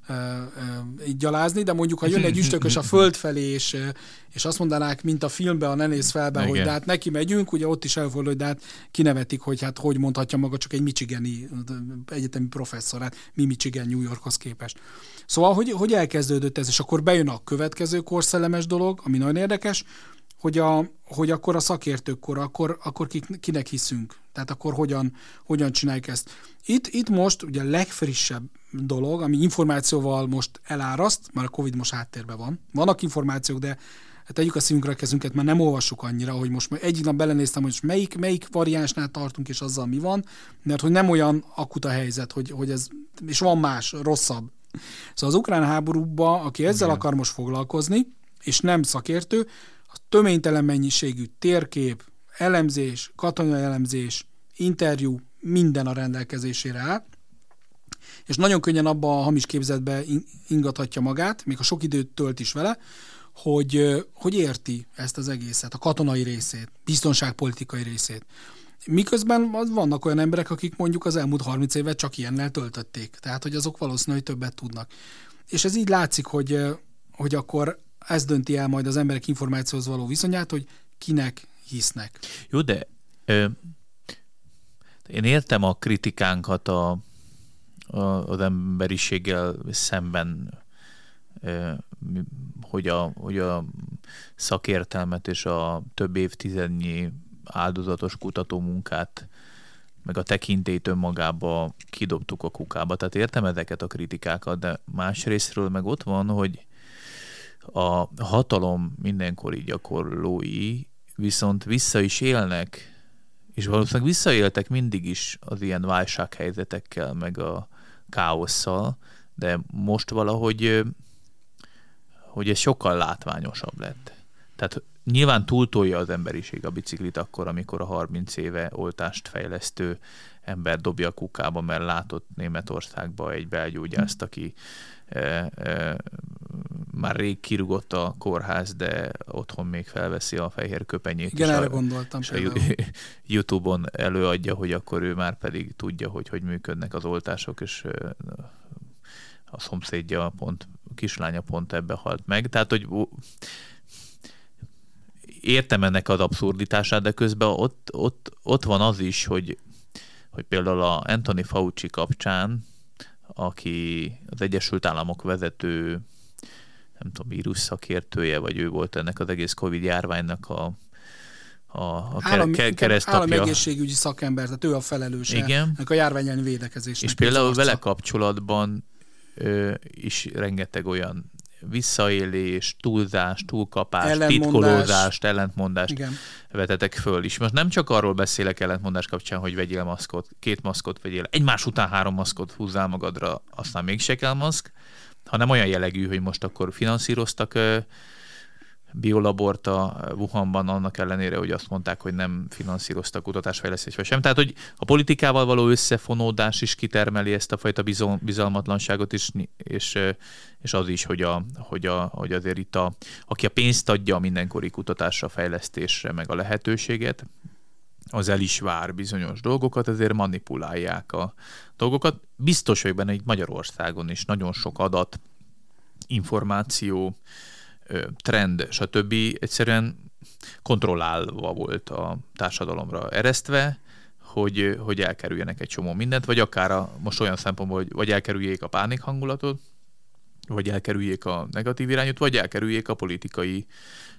így gyalázni, de mondjuk, ha jön egy üstökös a föld felé, és azt mondanák, mint a filmben, a Ne nézz felbe, hogy de hát neki megyünk, ugye ott is előfordul, hogy de hát kinevetik, hogy hát hogy mondhatja maga csak egy michigani egyetemi professzor, hát mi Michigan New Yorkhoz képest. Szóval, hogy elkezdődött ez, és akkor bejön a következő korszellemes dolog, ami nagyon érdekes, hogy akkor a szakértőkkor, akkor kinek hiszünk. Tehát akkor hogyan csináljuk ezt. Itt most ugye a legfrissebb dolog, ami információval most eláraszt, már a Covid most háttérben van. Vannak információk, de tegyük a szívünkre a kezünket, mert nem olvassuk annyira, hogy most egyik nap belenéztem, hogy melyik variánsnál tartunk, és azzal mi van, mert hogy nem olyan akut a helyzet, hogy ez, és van más, rosszabb. Szóval az ukrán háborúban, aki ezzel akar most foglalkozni, és nem szakértő, a töménytelen mennyiségű térkép, elemzés, katonai elemzés, interjú, minden a rendelkezésére áll, és nagyon könnyen abba a hamis képzetbe ingathatja magát, még a sok időt tölt is vele, hogy érti ezt az egészet, a katonai részét, biztonságpolitikai részét. Miközben vannak olyan emberek, akik mondjuk az elmúlt 30 évet csak ilyennel töltötték, tehát hogy azok valószínűleg többet tudnak. És ez így látszik, hogy akkor ez dönti el majd az emberek információhoz való viszonyát, hogy kinek hisznek. Jó, de én értem a kritikánkat az emberiséggel szemben, hogy a szakértelmet és a több évtizednyi áldozatos kutatómunkát, meg a tekintélyt önmagába kidobtuk a kukába. Tehát értem ezeket a kritikákat, de másrésztről meg ott van, hogy a hatalom mindenkori gyakorlói viszont vissza is élnek, és valószínűleg visszaéltek mindig is az ilyen válsághelyzetekkel, meg a káosszal, de most valahogy hogy ez sokkal látványosabb lett. Tehát nyilván túltolja az emberiség a biciklit akkor, amikor a 30 éve oltást fejlesztő ember dobja a kukába, mert látott Németországba egy belgyógyászt, aki már rég kirúgott a kórház, de otthon még felveszi a fehér köpenyét. Igen, erre gondoltam. És a YouTube-on előadja, hogy akkor ő már pedig tudja, hogy működnek az oltások, és a szomszédja kislánya pont ebbe halt meg. Tehát, hogy értem ennek az abszurditását, de közben ott van az is, hogy például a Anthony Fauci kapcsán, aki az Egyesült Államok vezető, nem tudom, vírus szakértője, vagy ő volt ennek az egész Covid járványnak a keresztapja. Állami egészségügyi szakember, tehát ő a felelőse ennek a járvány elleni védekezésnek. És például vele kapcsolatban is rengeteg olyan visszaélés, túlzás, túlkapás, titkolózást, ellentmondást vetetek föl is. Most nem csak arról beszélek ellentmondás kapcsán, hogy vegyél maszkot, 2 maszkot vegyél, egymás után 3 maszkot húzzál magadra, aztán mégse kell maszk, hanem olyan jellegű, hogy most akkor finanszíroztak biolabort a Wuhanban, annak ellenére, hogy azt mondták, hogy nem finanszíroztak kutatásfejlesztést vagy sem. Tehát, hogy a politikával való összefonódás is kitermeli ezt a fajta bizalmatlanságot is, és az is, hogy azért itt aki a pénzt adja a mindenkori kutatásra, fejlesztésre, meg a lehetőséget, az el is vár bizonyos dolgokat, ezért manipulálják a dolgokat. Biztos vagyok benne, hogy Magyarországon is nagyon sok adat, információ, trend, stb. Egyszerűen kontrollálva volt a társadalomra eresztve, hogy elkerüljenek egy csomó mindent, vagy akár most olyan szempontból, hogy vagy elkerüljék a pánik hangulatot, vagy elkerüljék a negatív irányot, vagy elkerüljék a politikai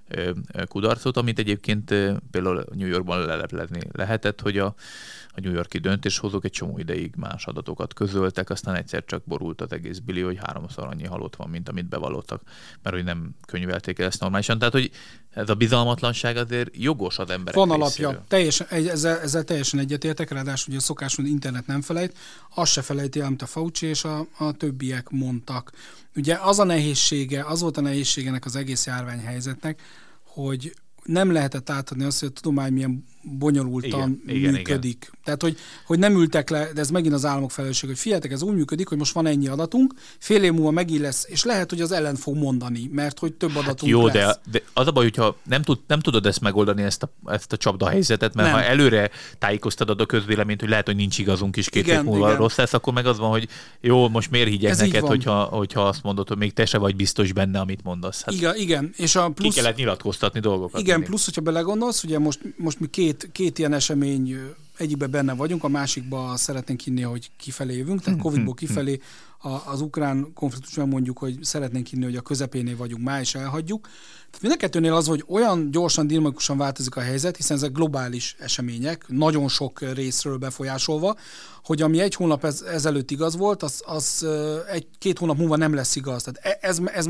kudarcot, amit egyébként például New Yorkban leleplezni lehetett, hogy a New York-i döntéshozók egy csomó ideig más adatokat közöltek, aztán egyszer csak borult az egész Billy, hogy 3-szor annyi halott van, mint amit bevallottak, mert hogy nem könyvelték el ezt normálisan. Tehát, hogy ez a bizalmatlanság azért jogos az emberek van alapja. Ezzel teljesen egyetértek, ráadásul ugye a szokáson internet nem felejt, azt se felejti, amit a Fauci és a többiek mondtak. Ugye az volt a nehézsége ennek az egész járványhelyzetnek, hogy nem lehetett átadni azt, hogy a tudomány milyen bonyolultan működik. Igen. Tehát, hogy nem ültek le, de ez megint az államok felelősség, hogy figyeljetek, ez úgy működik, hogy most van ennyi adatunk, fél év múlva megint lesz, és lehet, hogy az ellen fog mondani, mert hogy több adatunk jó, lesz. De az a baj, hogyha nem tudod ezt megoldani, ezt a csapdahelyzetet, mert ha előre tájékoztatod a közvéleményt, hogy lehet, hogy nincs igazunk is 2 év múlva rossz lesz, akkor meg az van, hogy jó, most miért higgyek ez neked, hogyha azt mondod, hogy még te se vagy biztos benne, amit mondasz. Hát igen. És ki kellett nyilatkoztatni dolgokat. Igen, plusz, hogyha belegondolsz, ugye most mi két ilyen esemény, egyikben benne vagyunk, a másikba szeretnénk hinni, hogy kifelé jövünk, tehát Covid-ból kifelé az ukrán konfliktusban mondjuk, hogy szeretnénk hinni, hogy a közepénél vagyunk már, és elhagyjuk. Tehát mind a kettőnél az, hogy olyan gyorsan, dinamikusan változik a helyzet, hiszen ezek globális események, nagyon sok részről befolyásolva, hogy ami egy hónap ezelőtt igaz volt, az 1-2 hónap múlva nem lesz igaz. Tehát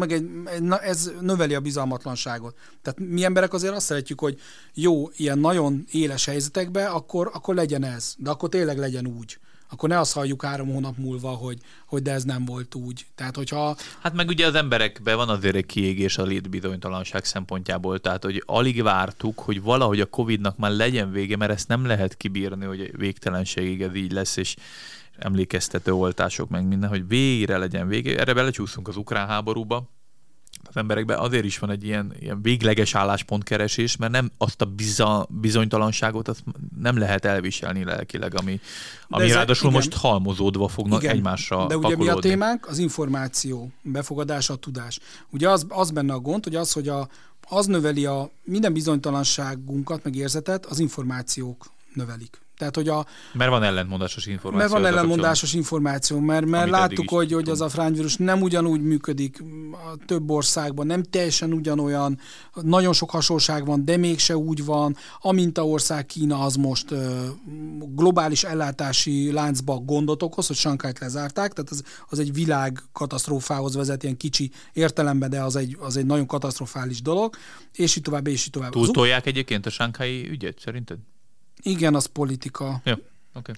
ez növeli a bizalmatlanságot. Tehát mi emberek azért azt szeretjük, hogy jó, ilyen nagyon éles helyzetekben, akkor legyen ez, de akkor tényleg legyen úgy. Akkor ne azt halljuk 3 hónap múlva, hogy de ez nem volt úgy. Tehát, hogyha... Hát meg ugye az emberekben van azért egy kiégés a létbizonytalanság szempontjából, tehát hogy alig vártuk, hogy valahogy a Covid-nak már legyen vége, mert ezt nem lehet kibírni, hogy végtelenségig ez így lesz, és emlékeztető oltások meg minden, hogy végre legyen vége. Erre belecsúszunk az ukrán háborúba. Az emberekben azért is van egy ilyen végleges álláspontkeresés, mert nem azt a bizonytalanságot azt nem lehet elviselni lelkileg, ami ráadásul most halmozódva fognak egymásra pakolódni. De ugye mi a témánk? Az információ befogadása, a tudás. Ugye az benne a gond, hogy az növeli minden bizonytalanságunkat, meg érzetet, az információk növelik. Tehát, hogy mert van ellentmondásos információ. Mert láttuk, hogy az a frányvírus nem ugyanúgy működik a több országban, nem teljesen ugyanolyan, nagyon sok hasonlóság van, de mégse úgy van. A mintaország Kína az most globális ellátási láncba gondot okoz, hogy Sankhájt lezárták, tehát az egy világ katasztrófához vezet, ilyen kicsi értelemben, de az egy nagyon katasztrofális dolog, és így tovább, és így tovább. Túltolják egyébként a sankhái ügyet, szerinted? Igen, az politika. Ja, oké.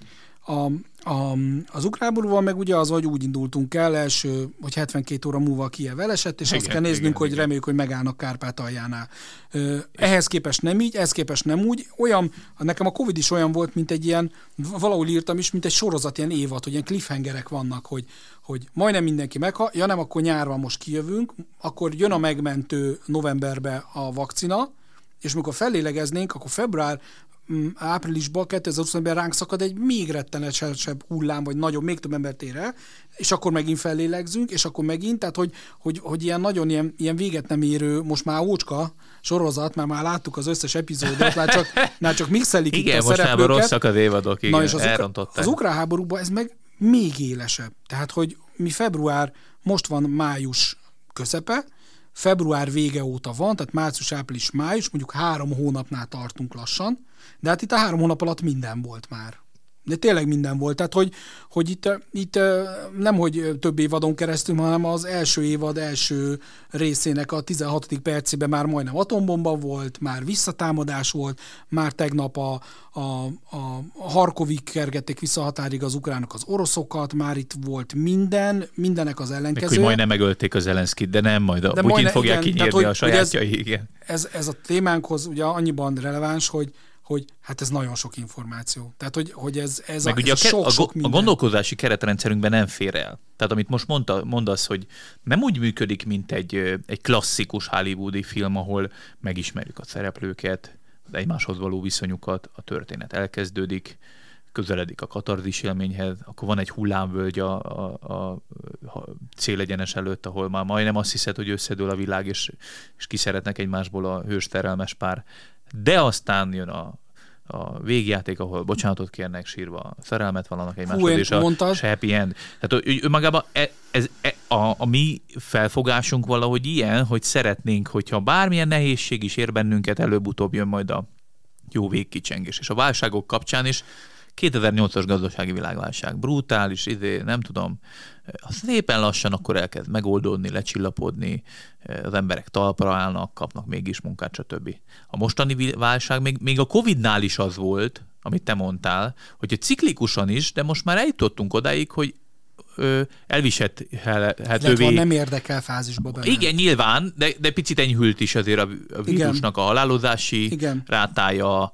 Az ukrán háborúval meg ugye az, hogy úgy indultunk el, hogy 72 óra múlva Kijev elesett, és azt kell néznünk, hogy reméljük, hogy megállnak Kárpátaljánál. Ehhez képest nem így, ehhez képest nem úgy. Nekem a Covid is olyan volt, mint egy ilyen, valahol írtam is, mint egy sorozat, ilyen évad, hogy ilyen cliffhangerek vannak, hogy majdnem mindenki meghal, ja nem, akkor nyárban most kijövünk, akkor jön a megmentő novemberbe a vakcina, és amikor fellélegeznénk, akkor áprilisban, 2020-ben ránk szakad egy még rettenetesebb hullám, vagy nagyobb, még több embert ér el, és akkor megint fellélegzünk, és akkor megint, tehát hogy ilyen nagyon ilyen véget nem érő, most már ócska sorozat, mert már láttuk az összes epizódot, már csak mixelik itt a szereplőket. Igen, most már rosszak az évadok, igen, és elrontották. Az ukrán háborúban ez meg még élesebb. Tehát, hogy mi most van május közepe, február vége óta van, tehát március, április, május, mondjuk 3 hónapnál tartunk lassan, de hát itt a 3 hónap alatt minden volt már. De tényleg minden volt. Tehát, hogy itt nem, hogy több évadon keresztül, hanem az első évad első részének a 16. percében már majdnem atombomba volt, már visszatámadás volt, már tegnap a Harkovig kergették vissza határig az ukránok az oroszokat, már itt volt mindenek az ellenkezője. Meg, hogy majdnem megölték az Zelenszkit, de nem, majd a Putyin fogják kinyírni a sajátjai. Igen. Ez a témánkhoz ugye annyiban releváns, hogy hát ez nagyon sok információ. Tehát, hogy ez meg ugye sok minden. A gondolkozási keretrendszerünkben nem fér el. Tehát amit most mondasz, hogy nem úgy működik, mint egy klasszikus hollywoodi film, ahol megismerjük a szereplőket, az egymáshoz való viszonyukat, a történet elkezdődik, közeledik a katarzis élményhez, akkor van egy hullámvölgy a célegyenes előtt, ahol már majdnem azt hiszed, hogy összedől a világ, és kiszeretnek egymásból a hős terelmes pár. De aztán jön a a végjáték, ahol bocsánatot kérnek sírva, szerelmet vallanak egymáshoz, és a happy end. Tehát önmagában a mi felfogásunk valahogy ilyen, hogy szeretnénk, hogyha bármilyen nehézség is ér bennünket, előbb-utóbb jön majd a jó végkicsengés. És a válságok kapcsán is 2008-as gazdasági világválság brutális, nem tudom, szépen lassan akkor elkezd megoldódni, lecsillapodni, az emberek talpra állnak, kapnak mégis munkát, stb. A mostani válság még a Covid-nál is az volt, amit te mondtál, hogy ciklikusan is, de most már eljutottunk odáig, hogy elviselhetővé. Van nem érdekel fázisba benne. Igen, nyilván, de picit enyhült is azért a vírusnak a halálozási rátája,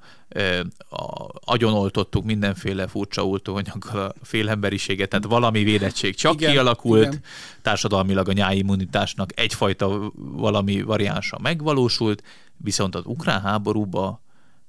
agyonoltottuk mindenféle furcsa oltóanyaggal a félemberiséget, tehát valami védettség csak kialakult, társadalmilag a nyáimmunitásnak egyfajta valami variánsa megvalósult, viszont az ukrán háborúban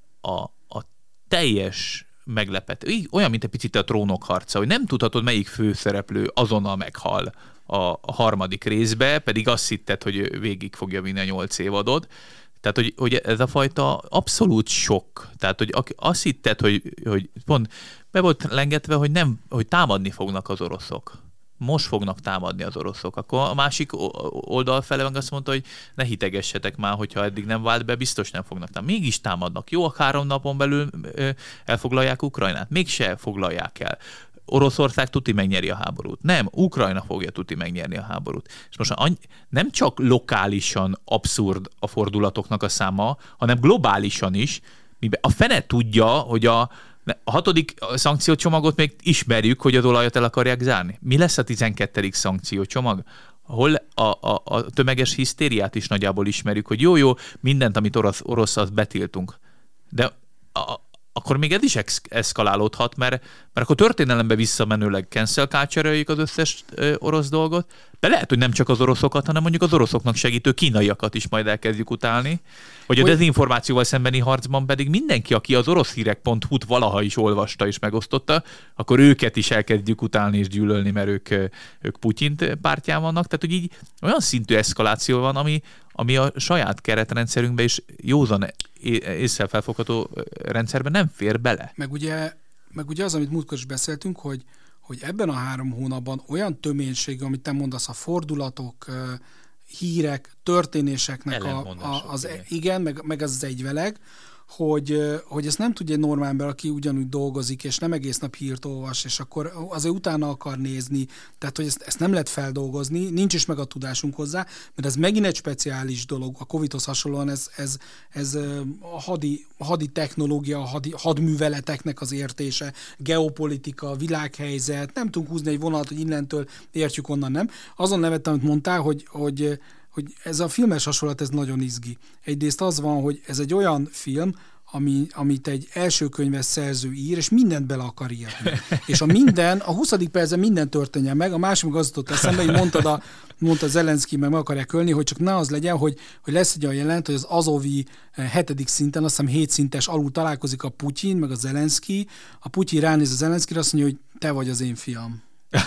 a teljes meglepető. Olyan, mint egy picit a Trónok harca, hogy nem tudhatod, melyik főszereplő azonnal meghal a harmadik részbe, pedig azt hitted, hogy végig fogja vinni a 8 évadot. Tehát, hogy ez a fajta abszolút sok. Tehát, hogy azt hitted, hogy pont be volt lengetve, hogy támadni fognak az oroszok. Most fognak támadni az oroszok. Akkor a másik oldal fele meg azt mondta, hogy ne hitegessetek már, hogyha eddig nem vált be, biztos nem fognak támadni. Mégis támadnak. Jó, a 3 napon belül elfoglalják Ukrajnát. Mégse foglalják el. Oroszország tuti megnyeri a háborút. Nem, Ukrajna fogja tuti megnyerni a háborút. És most nem csak lokálisan abszurd a fordulatoknak a száma, hanem globálisan is, miben a fene tudja, hogy a 6. szankciócsomagot még ismerjük, hogy az olajat el akarják zárni. Mi lesz a 12. szankciócsomag? Hol a tömeges hisztériát is nagyjából ismerjük, hogy jó, mindent, amit orosz, azt betiltunk. De akkor még ez is eszkalálódhat, mert akkor történelembe visszamenőleg cancel culture-öljük az összes orosz dolgot, de lehet, hogy nem csak az oroszokat, hanem mondjuk az oroszoknak segítő kínaiakat is majd elkezdjük utálni. Vagy a dezinformációval szembeni harcban pedig mindenki, aki az oroszhírek.hu-t valaha is olvasta és megosztotta, akkor őket is elkezdjük utálni és gyűlölni, mert ők Putyin pártján vannak. Tehát, hogy így olyan szintű eszkaláció van, ami a saját keretrendszerünkbe is józan észre felfogható rendszerben nem fér bele. Meg ugye az, amit múltkor is beszéltünk, hogy ebben a 3 hónapban olyan töménység, amit te mondasz, a fordulatok, hírek, történéseknek meg az egyveleg, hogy ezt nem tudja egy normál ember, aki ugyanúgy dolgozik, és nem egész nap hírt olvas, és akkor azért utána akar nézni, tehát hogy ezt nem lehet feldolgozni, nincs is meg a tudásunk hozzá, mert ez megint egy speciális dolog, a Covid-hoz hasonlóan ez a hadi technológia, a hadműveleteknek az értése, geopolitika, világhelyzet, nem tudunk húzni egy vonalat, hogy innentől értjük, onnan nem. Azon nevettem, amit mondtál, hogy ez a filmes hasonlat, ez nagyon izgi. Egyrészt az van, hogy ez egy olyan film, amit egy első könyves szerző ír, és mindent bele akar írni. És a 20. percben minden történjen meg, a másik az jutott eszembe, hogy mondta Zelenszky, meg akarják ölni, hogy csak ne az legyen, hogy lesz egy olyan jelent, hogy az Azovi 7. szinten, azt hiszem 7 szintes alul találkozik a Putyin, meg a Zelenszky. A Putyin ránéz a Zelenszkyre, azt mondja, hogy te vagy az én fiam.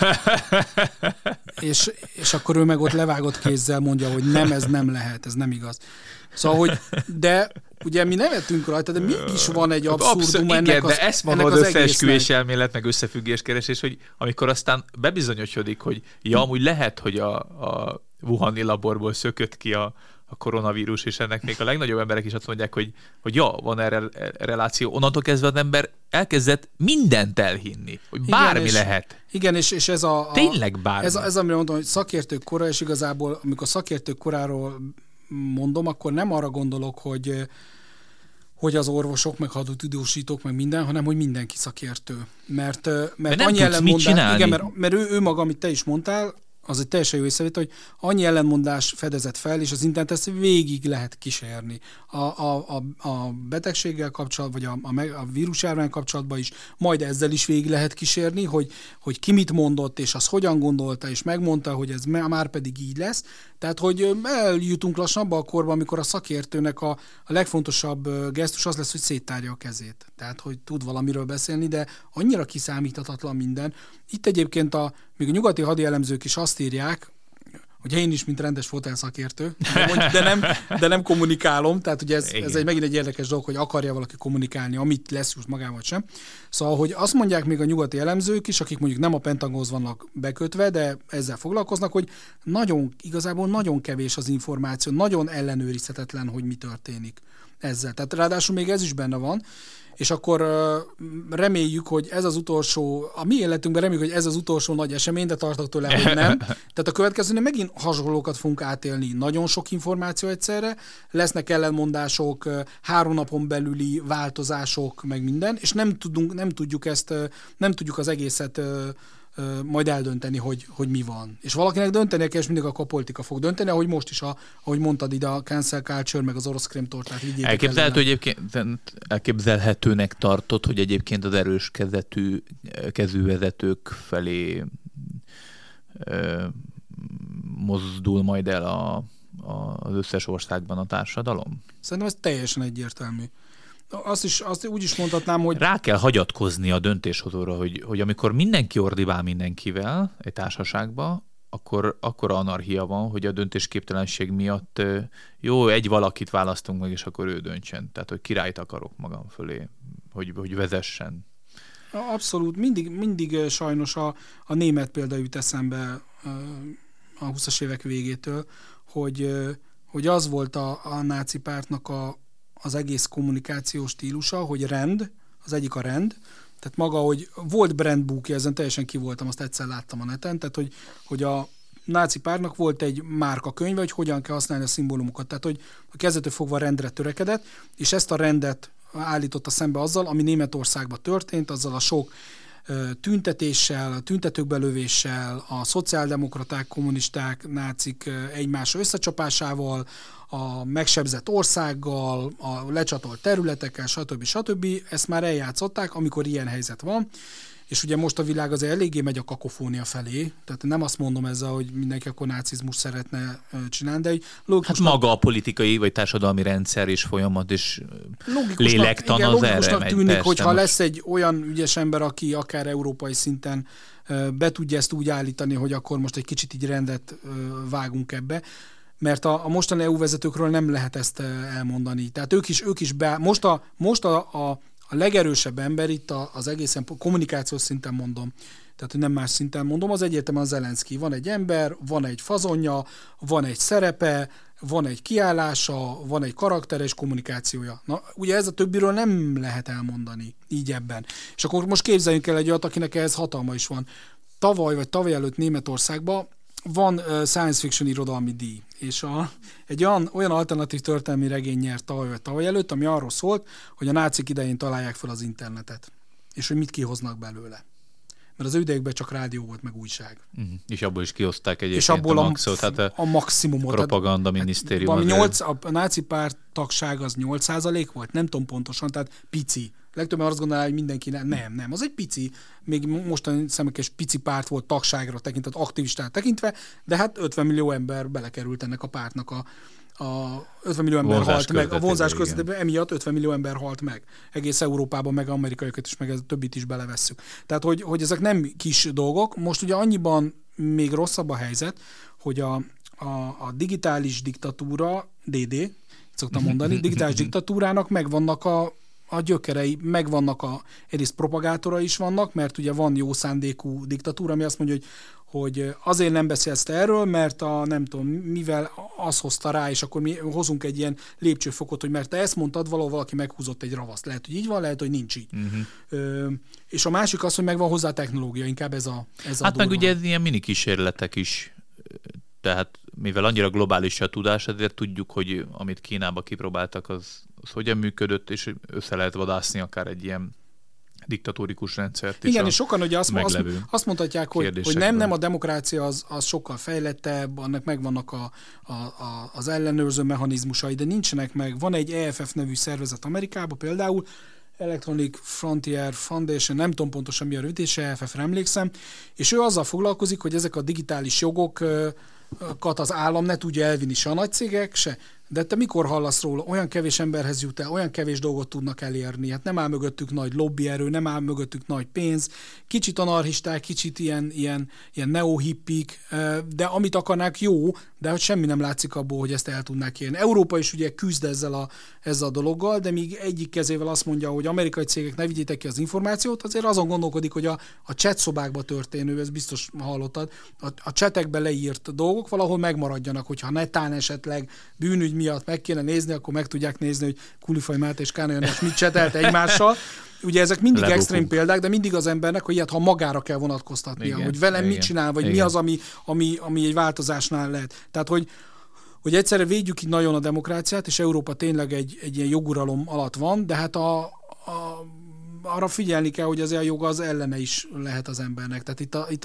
és akkor ő meg ott levágott kézzel mondja, hogy nem, ez nem lehet, ez nem igaz. Szóval, hogy de ugye mi nevetünk rajta, de mégis van egy abszurdum ennek de ezt mondod összeesküvés elmélet, meg összefüggéskeresés, hogy amikor aztán bebizonyosodik, hogy amúgy lehet, hogy a Wuhani laborból szökött ki a koronavírus, és ennek még a legnagyobb emberek is azt mondják, hogy van erre reláció. Onnantól kezdve az ember elkezdett mindent elhinni, hogy bármi lehet. Igen, és ez tényleg bármi. Ez amire mondom, hogy szakértők kora, és igazából, amikor szakértők koráról mondom, akkor nem arra gondolok, hogy az orvosok, meg haditudósítók, meg minden, hanem hogy mindenki szakértő. Mert annyi ellenmondás, igen, mert ő maga, amit te is mondtál, az egy teljesen jó észrevétel, hogy annyi ellenmondás fedezett fel, és az internet ezt végig lehet kísérni. A betegséggel kapcsolatban, vagy a vírusjárvány kapcsolatban is, majd ezzel is végig lehet kísérni, hogy ki mit mondott, és az hogyan gondolta, és megmondta, hogy ez már pedig így lesz. Tehát, hogy eljutunk lassan abba a korba, amikor a szakértőnek a legfontosabb gesztus az lesz, hogy széttárja a kezét. Tehát, hogy tud valamiről beszélni, de annyira kiszámíthatatlan minden. Itt egyébként még a nyugati hadi elemzők is azt írják, hogy én is, mint rendes fotelszakértő, de nem kommunikálom, tehát ugye ez megint egy érdekes dolog, hogy akarja valaki kommunikálni, amit lesz just magával vagy sem. Szóval, hogy azt mondják még a nyugati elemzők is, akik mondjuk nem a Pentagonhoz vannak bekötve, de ezzel foglalkoznak, hogy igazából nagyon kevés az információ, nagyon ellenőrizhetetlen, hogy mi történik ezzel. Tehát ráadásul még ez is benne van, és akkor reméljük, hogy ez az utolsó, a mi életünkben reméljük, hogy ez az utolsó nagy esemény, de tartok tőle, hogy nem. Tehát a következőnél megint hasonlókat fogunk átélni. Nagyon sok információ egyszerre, lesznek ellenmondások, 3 napon belüli változások, meg minden, és nem tudjuk az egészet majd eldönteni, hogy mi van. És valakinek döntenie kell, és mindig akkor a politika fog dönteni, ahogy most is, ahogy mondtad ide, a cancel culture, meg az orosz krémtortát vigyétek. Elképzelhetőnek tartod, hogy egyébként az erős kezű vezetők felé mozdul majd el az összes országban a társadalom? Szerintem ez teljesen egyértelmű. Azt úgy is mondhatnám, hogy... Rá kell hagyatkozni a döntéshozóra, hogy amikor mindenki ordibál mindenkivel egy társaságba, akkor anarchia van, hogy a döntésképtelenség miatt jó, egy valakit választunk meg, és akkor ő döntsen. Tehát, hogy királyt akarok magam fölé, hogy vezessen. Abszolút. Mindig sajnos a német példa jut eszembe a 20-as évek végétől, hogy az volt a náci pártnak az egész kommunikációs stílusa, hogy az egyik a rend, tehát maga, hogy volt brandbookja, ezen teljesen ki voltam, azt egyszer láttam a neten, tehát hogy a náci pártnak volt egy márkakönyve, hogy hogyan kell használni a szimbólumokat, tehát hogy a kezdetől fogva rendre törekedett, és ezt a rendet állította szembe azzal, ami Németországban történt, azzal a sok tüntetéssel, tüntetőkbelövéssel, a szociáldemokraták, kommunisták, nácik egymásra összecsapásával, a megsebzett országgal, a lecsatolt területekkel, stb. Ezt már eljátszották, amikor ilyen helyzet van, és ugye most a világ azért eléggé megy a kakofónia felé, tehát nem azt mondom ezzel, hogy mindenki akkor nácizmus szeretne csinálni, de hát maga a politikai vagy társadalmi rendszer és folyamat és lélektan az erre megy. Tűnik, hogyha lesz egy olyan ügyes ember, aki akár európai szinten be tudja ezt úgy állítani, hogy akkor most egy kicsit így rendet vágunk ebbe, mert a mostani EU vezetőkről nem lehet ezt elmondani. Tehát ők is most a legerősebb ember itt az egészen kommunikációs szinten mondom, tehát nem más szinten mondom, az egyértelműen az Zelenszky. Van egy ember, van egy fazonja, van egy szerepe, van egy kiállása, van egy karaktere és kommunikációja. Na, ugye ez a többiről nem lehet elmondani így ebben. És akkor most képzeljünk el egy olyat, akinek ehhez hatalma is van. Tavaly előtt Németországban van science fiction irodalmi díj, és egy olyan alternatív történelmi regény nyert tavaly előtt, ami arról szólt, hogy a nácik idején találják fel az internetet, és hogy mit kihoznak belőle. Mert az ő idejükben csak rádió volt, meg újság. És abból is kihozták egyébként és abból a maximumot. Propaganda minisztérium. A náci párt tagság az 8% volt, nem tudom pontosan, tehát pici. Legtöbben azt gondolják, hogy mindenki nem, az egy pici, még mostani szemekes pici párt volt tagságra tekintve, aktivistát tekintve, de hát 50 millió ember belekerült ennek a pártnak a 50 millió ember halt meg, a vonzás közvetében emiatt 50 millió ember halt meg. Egész Európában, meg amerikaiakat is, meg a többit is belevesszük. Tehát, hogy ezek nem kis dolgok. Most ugye annyiban még rosszabb a helyzet, hogy a digitális diktatúra, DD, szoktam mondani, digitális diktatúrának megvannak a gyökerei, megvannak egyrészt propagátora is vannak, mert ugye van jó szándékú diktatúra, ami azt mondja, hogy azért nem beszélsz te erről, mert nem tudom, mivel az hozta rá, és akkor mi hozunk egy ilyen lépcsőfokot, hogy mert te ezt mondtad, valaki meghúzott egy ravaszt. Lehet, hogy így van, lehet, hogy nincs így. És a másik az, hogy megvan hozzá a technológia, inkább ez a hát meg ugye ez ilyen mini kísérletek is, tehát mivel annyira globális a tudás, ezért tudjuk, hogy amit Kínába kipróbáltak, az hogyan működött, és össze lehet vadászni akár egy ilyen diktatórikus rendszert is. Igen, és sokan ugye azt mondhatják, hogy nem, a demokrácia az sokkal fejlettebb, annak megvannak az ellenőrző mechanizmusai, de nincsenek meg. Van egy EFF nevű szervezet Amerikában például, Electronic Frontier Foundation, nem tudom pontosan mi a rövidítése, EFF-re emlékszem, és ő azzal foglalkozik, hogy ezek a digitális jogokat az állam ne tudja elvinni se a nagy cégek, se. De te mikor hallasz róla? Olyan kevés emberhez jut el, olyan kevés dolgot tudnak elérni. Hát nem áll mögöttük nagy lobbyerő, nem áll mögöttük nagy pénz, kicsit anarchisták, kicsit ilyen neohippik, de amit akarnák jó, de hogy semmi nem látszik abból, hogy ezt el tudnák érni. Európa is ugye küzd ezzel a dologgal, de míg egyik kezével azt mondja, hogy amerikai cégek ne vigyétek ki az információt, azért azon gondolkodik, hogy a chat szobákba történő, ez biztos hallottad, a chatekbe leírt dolgok valahol megmaradjanak, hogyha netán esetleg bűnügy miatt meg kéne nézni, akkor meg tudják nézni, hogy Kulifaj Máté és Kánai András mit csetelt egymással. Ugye ezek mindig extrém példák, de mindig az embernek, hogy ilyet, ha magára kell vonatkoztatnia, igen, hogy velem mit csinál, vagy igen, mi az, ami egy változásnál lehet. Tehát, hogy egyszerre védjük így nagyon a demokráciát, és Európa tényleg egy ilyen joguralom alatt van, de hát arra figyelni kell, hogy az a jog az ellene is lehet az embernek. Tehát itt a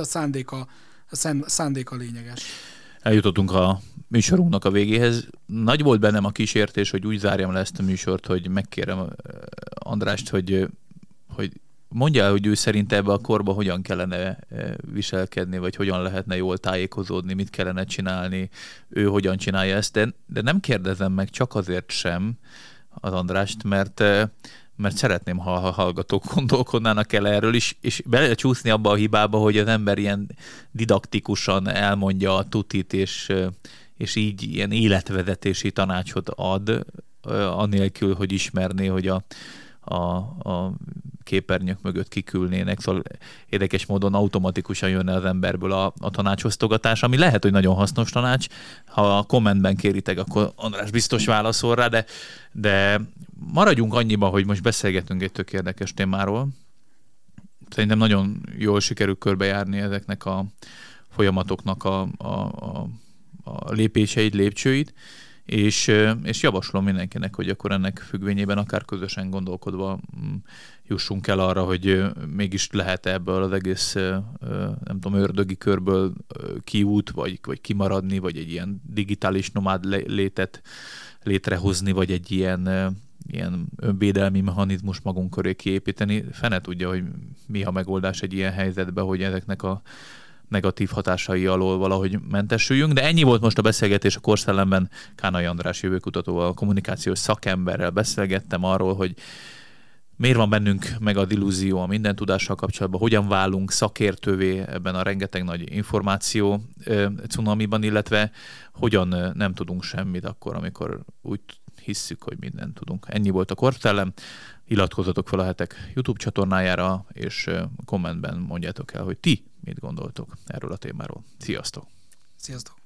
szándéka lényeges. Eljutottunk a műsorunknak a végéhez. Nagy volt bennem a kísértés, hogy úgy zárjam le ezt a műsort, hogy megkérem Andrást, hogy mondja el, hogy ő szerint ebbe a korba hogyan kellene viselkedni, vagy hogyan lehetne jól tájékozódni, mit kellene csinálni, ő hogyan csinálja ezt. De nem kérdezem meg csak azért sem az Andrást, mert szeretném, ha a hallgatók gondolkodnának el erről is, és belecsúszni abba a hibába, hogy az ember ilyen didaktikusan elmondja a tutit, és így ilyen életvezetési tanácsot ad, anélkül, hogy ismerné, hogy a képernyők mögött kikülnének. Szóval érdekes módon automatikusan jönne az emberből a tanácsosztogatás, ami lehet, hogy nagyon hasznos tanács. Ha a kommentben kéritek, akkor András biztos válaszol rá, de maradjunk annyiba, hogy most beszélgetünk egy tök érdekes témáról. Szerintem nagyon jól sikerül körbejárni ezeknek a folyamatoknak a lépéseit, lépcsőit, és javaslom mindenkinek, hogy akkor ennek függvényében akár közösen gondolkodva jussunk el arra, hogy mégis lehet ebből az egész, nem tudom, ördögi körből kiút, vagy kimaradni, vagy egy ilyen digitális nomád létet létrehozni, vagy egy ilyen önvédelmi mechanizmus magunk köré kiépíteni. Fene tudja, hogy mi a megoldás egy ilyen helyzetben, hogy ezeknek a negatív hatásai alól valahogy mentesüljünk, de ennyi volt most a beszélgetés a Korszellemben. Kánai András jövőkutatóval, a kommunikációs szakemberrel beszélgettem arról, hogy miért van bennünk meg a illúzió a minden tudással kapcsolatban, hogyan válunk szakértővé ebben a rengeteg nagy információ cunamiban, illetve hogyan nem tudunk semmit akkor, amikor úgy hisszük, hogy mindent tudunk. Ennyi volt a Korszellem. Iratkozzatok fel a Hetek YouTube csatornájára, és kommentben mondjátok el, hogy ti mit gondoltok erről a témáról. Sziasztok! Sziasztok!